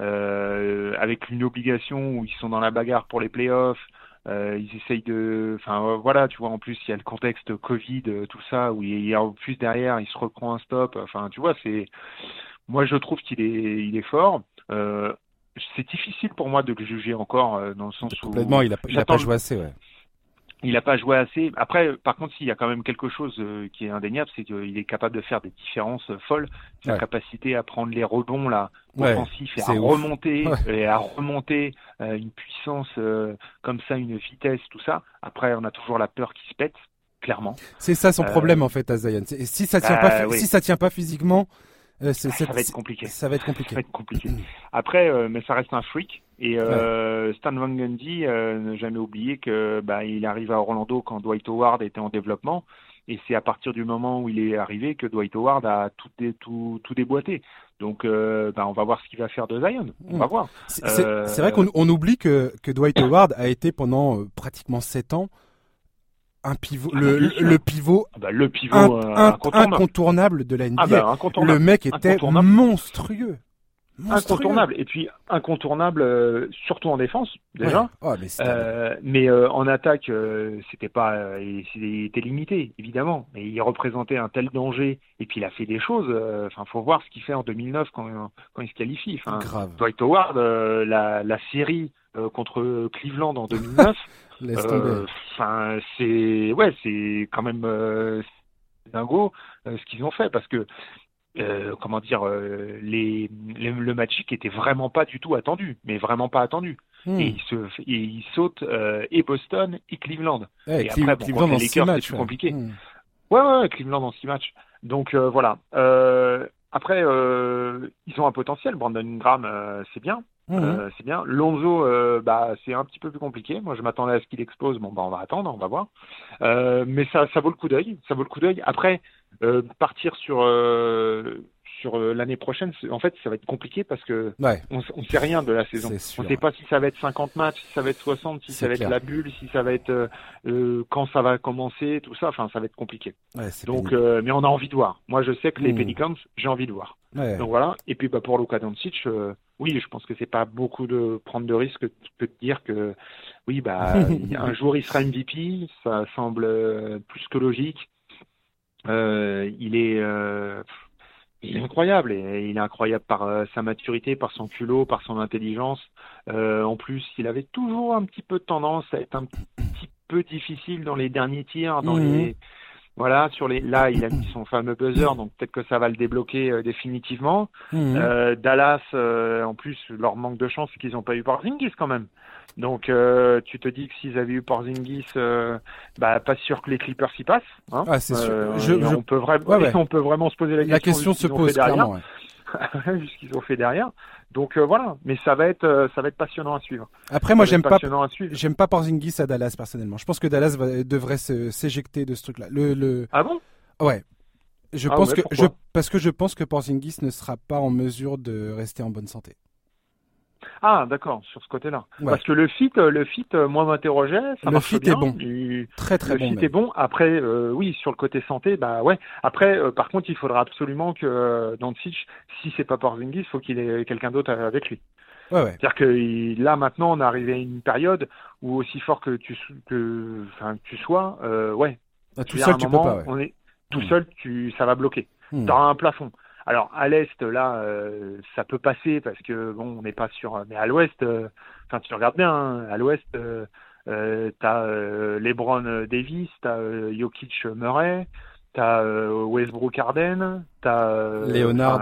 avec une obligation où ils sont dans la bagarre pour les playoffs. Ils essayent enfin voilà, tu vois. En plus, il y a le contexte Covid, tout ça, où en plus derrière, il se reprend un stop. Enfin, tu vois, moi, je trouve il est fort. C'est difficile pour moi de le juger encore dans le sens Complètement, où il a pas j'attends. joué assez, ouais. Il n'a pas joué assez. Après, par contre, s'il y a quand même quelque chose qui est indéniable, c'est qu'il est capable de faire des différences folles. Sa Ouais. capacité à prendre les rebonds là, Ouais, offensifs c'est ouf. Ouais. et à remonter une puissance comme ça, une vitesse, tout ça. Après, on a toujours la peur qui se pète, clairement. C'est ça son Euh, problème en fait à Zion. Si ça tient pas, oui, si ça tient pas physiquement, ça va être compliqué. ça va être Ça compliqué. va être compliqué. Après, mais ça reste un freak. Et Ouais. Stan Van Gundy, ne jamais oublier que il arrive à Orlando quand Dwight Howard était en développement. Et c'est à partir du moment où il est arrivé que Dwight Howard a tout déboîté. Donc, on va voir ce qu'il va faire de Zion. On Hmm. va voir. C'est vrai qu'on oublie que Dwight Howard a été pendant pratiquement 7 ans un pivot, Bien sûr. le pivot Le pivot incontournable. incontournable de la NBA. Incontournable. Le mec était Incontournable. monstrueux. Incontournable. Et puis incontournable, surtout en défense déjà. Ouais. Oh, Mais en attaque, c'était pas, il était limité évidemment. Mais il représentait un tel danger. Et puis il a fait des choses. Enfin, faut voir ce qu'il fait en 2009 quand il se qualifie. Enfin, grave. Dwight Howard, la série contre Cleveland en 2009. Laisse tomber. Enfin, c'est quand même dingo ce qu'ils ont fait parce que comment dire, le Magic était vraiment pas du tout attendu, mais vraiment pas attendu. Hmm. Et il saute et Boston et Cleveland. Ouais, Et après, Cleveland contre en les 6 Lakers, c'est matchs. plus Ouais. compliqué. Hmm. Ouais, Cleveland en 6 matchs. Donc voilà. Après, ils ont un potentiel. Brandon Ingram, c'est bien. Hmm. C'est bien. Lonzo, c'est un petit peu plus compliqué. Moi, je m'attendais à ce qu'il explose. Bon, on va attendre, on va voir. Mais ça vaut le coup d'œil. Ça vaut le coup d'œil. Après, partir sur l'année prochaine, en fait, ça va être compliqué parce que Ouais, on sait rien de la saison. c'est On sûr. sait pas si ça va être 50 matchs, si ça va être 60, si C'est ça va clair. être la bulle, si ça va être quand ça va commencer, tout ça. Enfin, ça va être compliqué. Ouais, c'est Donc, pénible. mais on a envie de voir. Moi, je sais que les Hmm. Pelicans, j'ai envie de voir. Ouais. Donc voilà. Et puis, pour Luka Doncic, oui, je pense que c'est pas beaucoup de prendre de risques que de dire que oui, un jour il sera MVP. Ça semble plus que logique. Il est incroyable et il est incroyable par sa maturité, par son culot, par son intelligence. En plus, il avait toujours un petit peu tendance à être un petit peu difficile dans les derniers tirs, Mhm. voilà, là, il a mis son fameux buzzer, donc peut-être que ça va le débloquer définitivement. Mhm. Dallas, en plus, leur manque de chance, c'est qu'ils n'ont pas eu Porzingis quand même. Donc, tu te dis que s'ils avaient eu Porzingis, pas sûr que les Clippers y passent. Hein. Ah, c'est sûr. On peut Ouais. on peut vraiment se poser La question question de ce se qu'ils ont fait pose derrière, clairement. Ouais. vu ce qu'ils ont fait derrière. Donc voilà, mais ça va être passionnant à suivre. Après, moi, Ça va être passionnant à suivre. j'aime pas Porzingis à Dallas personnellement. Je pense que Dallas devrait s'éjecter de ce truc-là. Ah bon? Ouais. Pourquoi? Parce que je pense que Porzingis ne sera pas en mesure de rester en bonne santé. Ah, d'accord, sur ce côté-là. Ouais. Parce que le fit, moi m'interrogeais, ça Le marche fit bien. est bon. Très Le bon fit même. est bon. Après, oui, sur le côté santé, ouais. Après, par contre, il faudra absolument que Doncic, si c'est pas Porzingis, il faut qu'il ait quelqu'un d'autre avec lui. Ouais. C'est-à-dire que là, maintenant, on est arrivé à une période où aussi fort que tu sois, ouais. Tout seul, tu peux pas. Ouais. On est tout seul, ça va bloquer. T'auras un plafond. Alors à l'est là, ça peut passer parce que bon, on n'est pas sûr. Mais à l'ouest, tu regardes bien. Hein, à l'ouest, t'as LeBron Davis, t'as Jokic Murray, t'as Westbrook Harden, t'as Léonard,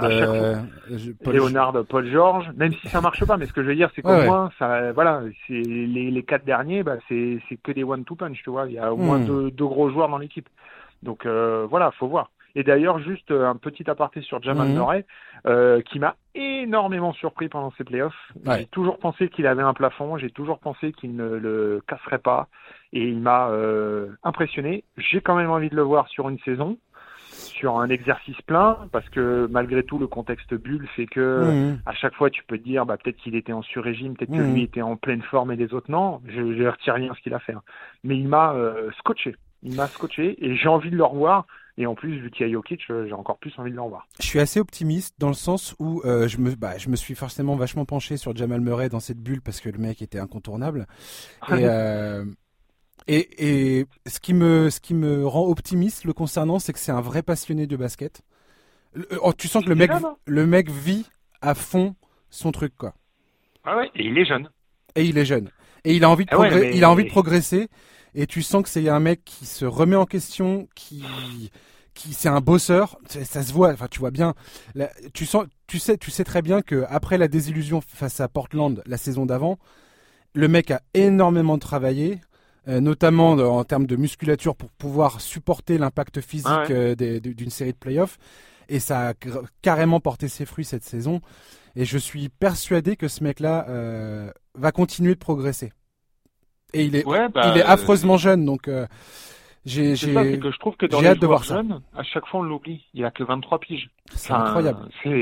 Paul George. Même si ça marche pas, mais ce que je veux dire, c'est qu'au moins, ça, voilà, c'est les 4 derniers, c'est que des one-two punch, tu vois. Il y a au moins deux gros joueurs dans l'équipe. Donc voilà, faut voir. Et d'ailleurs, juste un petit aparté sur Jamal Murray, qui m'a énormément surpris pendant ces playoffs. Ouais. J'ai toujours pensé qu'il avait un plafond, j'ai toujours pensé qu'il ne le casserait pas, et il m'a impressionné. J'ai quand même envie de le voir sur une saison, sur un exercice plein, parce que malgré tout, le contexte bulle fait que à chaque fois, tu peux te dire, peut-être qu'il était en sur-régime, peut-être que lui était en pleine forme et les autres non. Je ne retire rien à ce qu'il a fait. Mais il m'a scotché. Il m'a scotché et j'ai envie de le revoir. Et en plus, vu qu'il y a Jokic, j'ai encore plus envie de le revoir. Je suis assez optimiste dans le sens où je me suis forcément vachement penché sur Jamal Murray dans cette bulle parce que le mec était incontournable. Et ce qui me rend optimiste le concernant, c'est que c'est un vrai passionné de basket. Tu sens que le mec vit à fond son truc, quoi. Ah ouais, et il est jeune. Et il est jeune. Et il a envie de il a envie de progresser. Et tu sens que c'est un mec qui se remet en question, qui c'est un bosseur. Ça se voit. Enfin, tu vois bien. Tu sais très bien que après la désillusion face à Portland la saison d'avant, le mec a énormément travaillé. Notamment en termes de musculature pour pouvoir supporter l'impact physique d'une série de playoffs. Et ça a carrément porté ses fruits cette saison. Et je suis persuadé que ce mec-là va continuer de progresser. Et il est affreusement jeune, donc j'ai que je trouve que dans les joueurs jeunes, à chaque fois on l'oublie. Il a que 23 piges. C'est incroyable.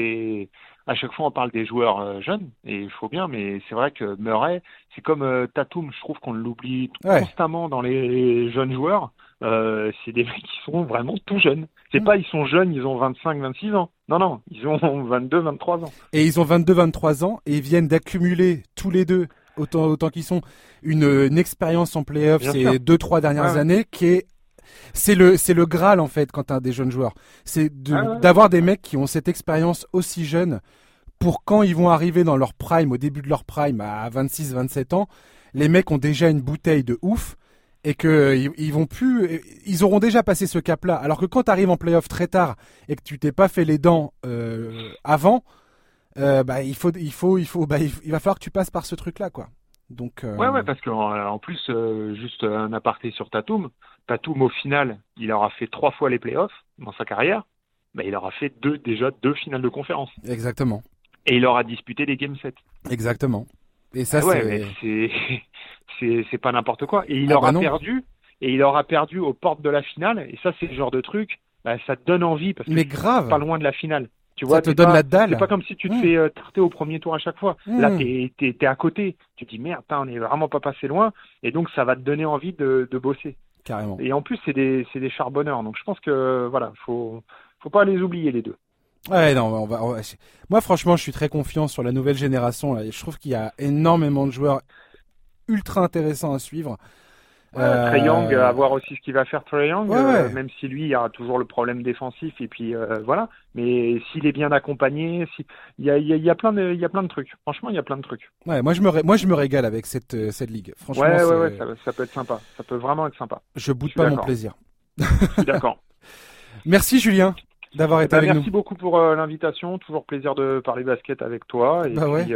À chaque fois on parle des joueurs jeunes, et il faut bien, mais c'est vrai que Murray, c'est comme Tatum, je trouve qu'on l'oublie constamment dans les jeunes joueurs. C'est des mecs qui sont vraiment tout jeunes. C'est pas ils sont jeunes, ils ont 25, 26 ans. Non, ils ont 22, 23 ans. Et ils ont 22, 23 ans et ils viennent d'accumuler tous les deux, autant qu'ils sont, une expérience en play-off ces 2-3 dernières années qui est c'est le Graal en fait quand t'as des jeunes joueurs. C'est d'avoir des mecs qui ont cette expérience aussi jeune pour quand ils vont arriver dans leur prime, au début de leur prime à 26, 27 ans, les mecs ont déjà une bouteille de ouf. Et que ils auront déjà passé ce cap-là. Alors que quand tu arrives en play-off très tard et que tu t'es pas fait les dents avant, il va falloir que tu passes par ce truc-là, quoi. Donc parce qu'en plus, juste un aparté sur Tatum au final, il aura fait 3 fois les play-offs dans sa carrière. Il aura fait déjà deux finales de conférence. Exactement. Et il aura disputé des game 7. Exactement. Et ça, c'est pas n'importe quoi. Et il aura perdu aux portes de la finale. Et ça, c'est le genre de truc, ça te donne envie parce que grave. C'est pas loin de la finale. Tu vois, ça te donne la dalle. C'est pas comme si tu te fais tarter au premier tour à chaque fois. Là, t'es à côté. Tu te dis merde, on est vraiment pas passé loin. Et donc, ça va te donner envie de bosser. Carrément. Et en plus, c'est des charbonneurs. Donc, je pense que faut pas les oublier les deux. Ouais, non, moi, franchement, je suis très confiant sur la nouvelle génération. Là. Je trouve qu'il y a énormément de joueurs ultra intéressants à suivre. Trae Young, à voir aussi ce qu'il va faire Trae Young, même si lui, il y a toujours le problème défensif et puis voilà. Mais s'il est bien accompagné, il y a plein de trucs. Franchement, il y a plein de trucs. Ouais, moi je me régale avec cette ligue. Franchement, ça peut être sympa. Ça peut vraiment être sympa. Je boude pas mon plaisir. Je suis d'accord. Merci Julien d'avoir été avec nous. Merci beaucoup pour l'invitation. Toujours plaisir de parler basket avec toi. Et puis,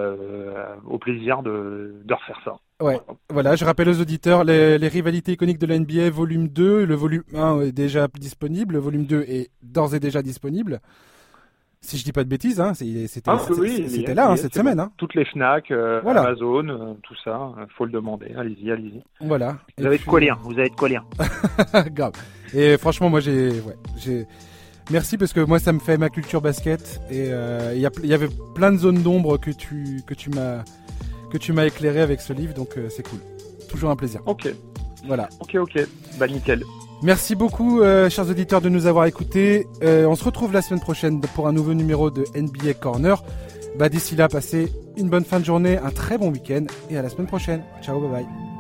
au plaisir de refaire ça. Ouais, voilà, je rappelle aux auditeurs les rivalités iconiques de la NBA volume 2. Le volume 1 est déjà disponible. Le volume 2 est d'ores et déjà disponible. Si je dis pas de bêtises, c'était là cette semaine. Hein. Toutes les Fnac, Amazon, tout ça, faut le demander. Allez-y. Voilà. Vous avez de quoi lire. Grave. Et franchement, moi j'ai merci parce que moi ça me fait ma culture basket et il y avait plein de zones d'ombre que tu m'as éclairé avec ce livre, donc c'est cool. Toujours un plaisir. Ok. Voilà. Ok. Nickel. Merci beaucoup, chers auditeurs, de nous avoir écoutés. On se retrouve la semaine prochaine pour un nouveau numéro de NBA Corner. D'ici là, passez une bonne fin de journée, un très bon week-end et à la semaine prochaine. Ciao, bye bye.